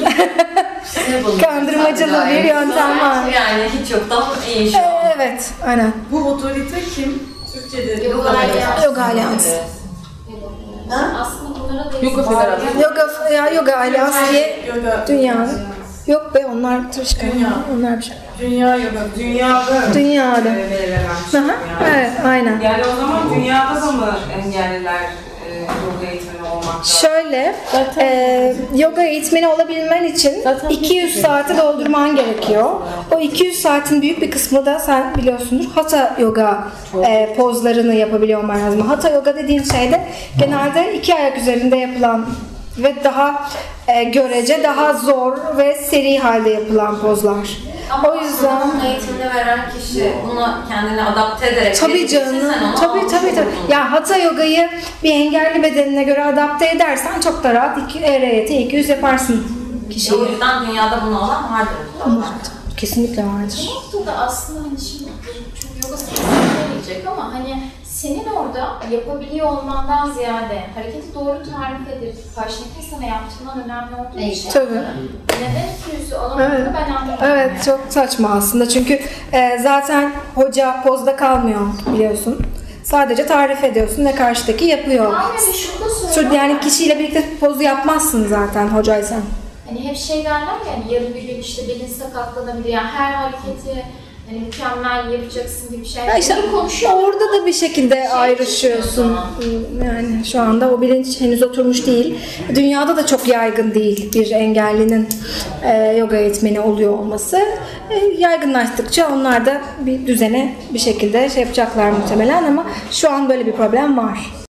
yöntem var. Yani hiç yoktan iyi şu an. Evet, aynen. Bu otorite kim? Türkçe'de Yoga Alliance. Yoga Alliance. Aslında bunlara da Yoga Federasyonu. Yoga Alliance diye dünya. Yok be, onlar Tırşka. Onlar bir şey. Dünyada. Evet, aynen. Yani o zaman dünyada da mı engelliler yoga eğitmeni olmakta? Şöyle, yoga eğitmeni olabilmen için 200 saati doldurman gerekiyor. O 200 saatin büyük bir kısmı da sen biliyorsundur Hatha Yoga pozlarını yapabiliyor olman lazım. Hatha Yoga dediğin şey de genelde 2 ayak üzerinde yapılan ve daha görece daha zor ve seri halde yapılan pozlar. Ama o yüzden bunun eğitimini veren kişi bunu kendine adapte ederek tabii canım. Tabii. Ya Hatha Yoga'yı bir engelli bedenine göre adapte edersen çok da rahat ERYT 200 yaparsın kişiyi. O yüzden dünyada bunu alan vardır. Kesinlikle vardır. Bu noktada aslında hani şimdi çok yoga sevmeyecek ama hani senin orada yapabiliyor olmandan ziyade hareketi doğru tarif edip karşındaki sana yaptığından önemli olduğu için. Tabii. Neden 200'ü alamadığını ben anlamadım. Evet, çok saçma aslında çünkü zaten hoca pozda kalmıyor biliyorsun. Sadece tarif ediyorsun ve karşıdaki yapıyor. Yani kişiyle birlikte pozu yapmazsın zaten hocaysan. Hani hep şey derler ya, yani yarın bir gün işte belin sakatlanabilir, yani her hareketi hani mükemmel yapacaksın gibi bir şey. İşte orada da bir şekilde ayrışıyorsun. Yani şu anda o bilinç henüz oturmuş değil. Dünyada da çok yaygın değil bir engellinin yoga eğitmeni oluyor olması. Yaygınlaştıkça onlar da bir düzene bir şekilde şey yapacaklar muhtemelen ama şu an böyle bir problem var.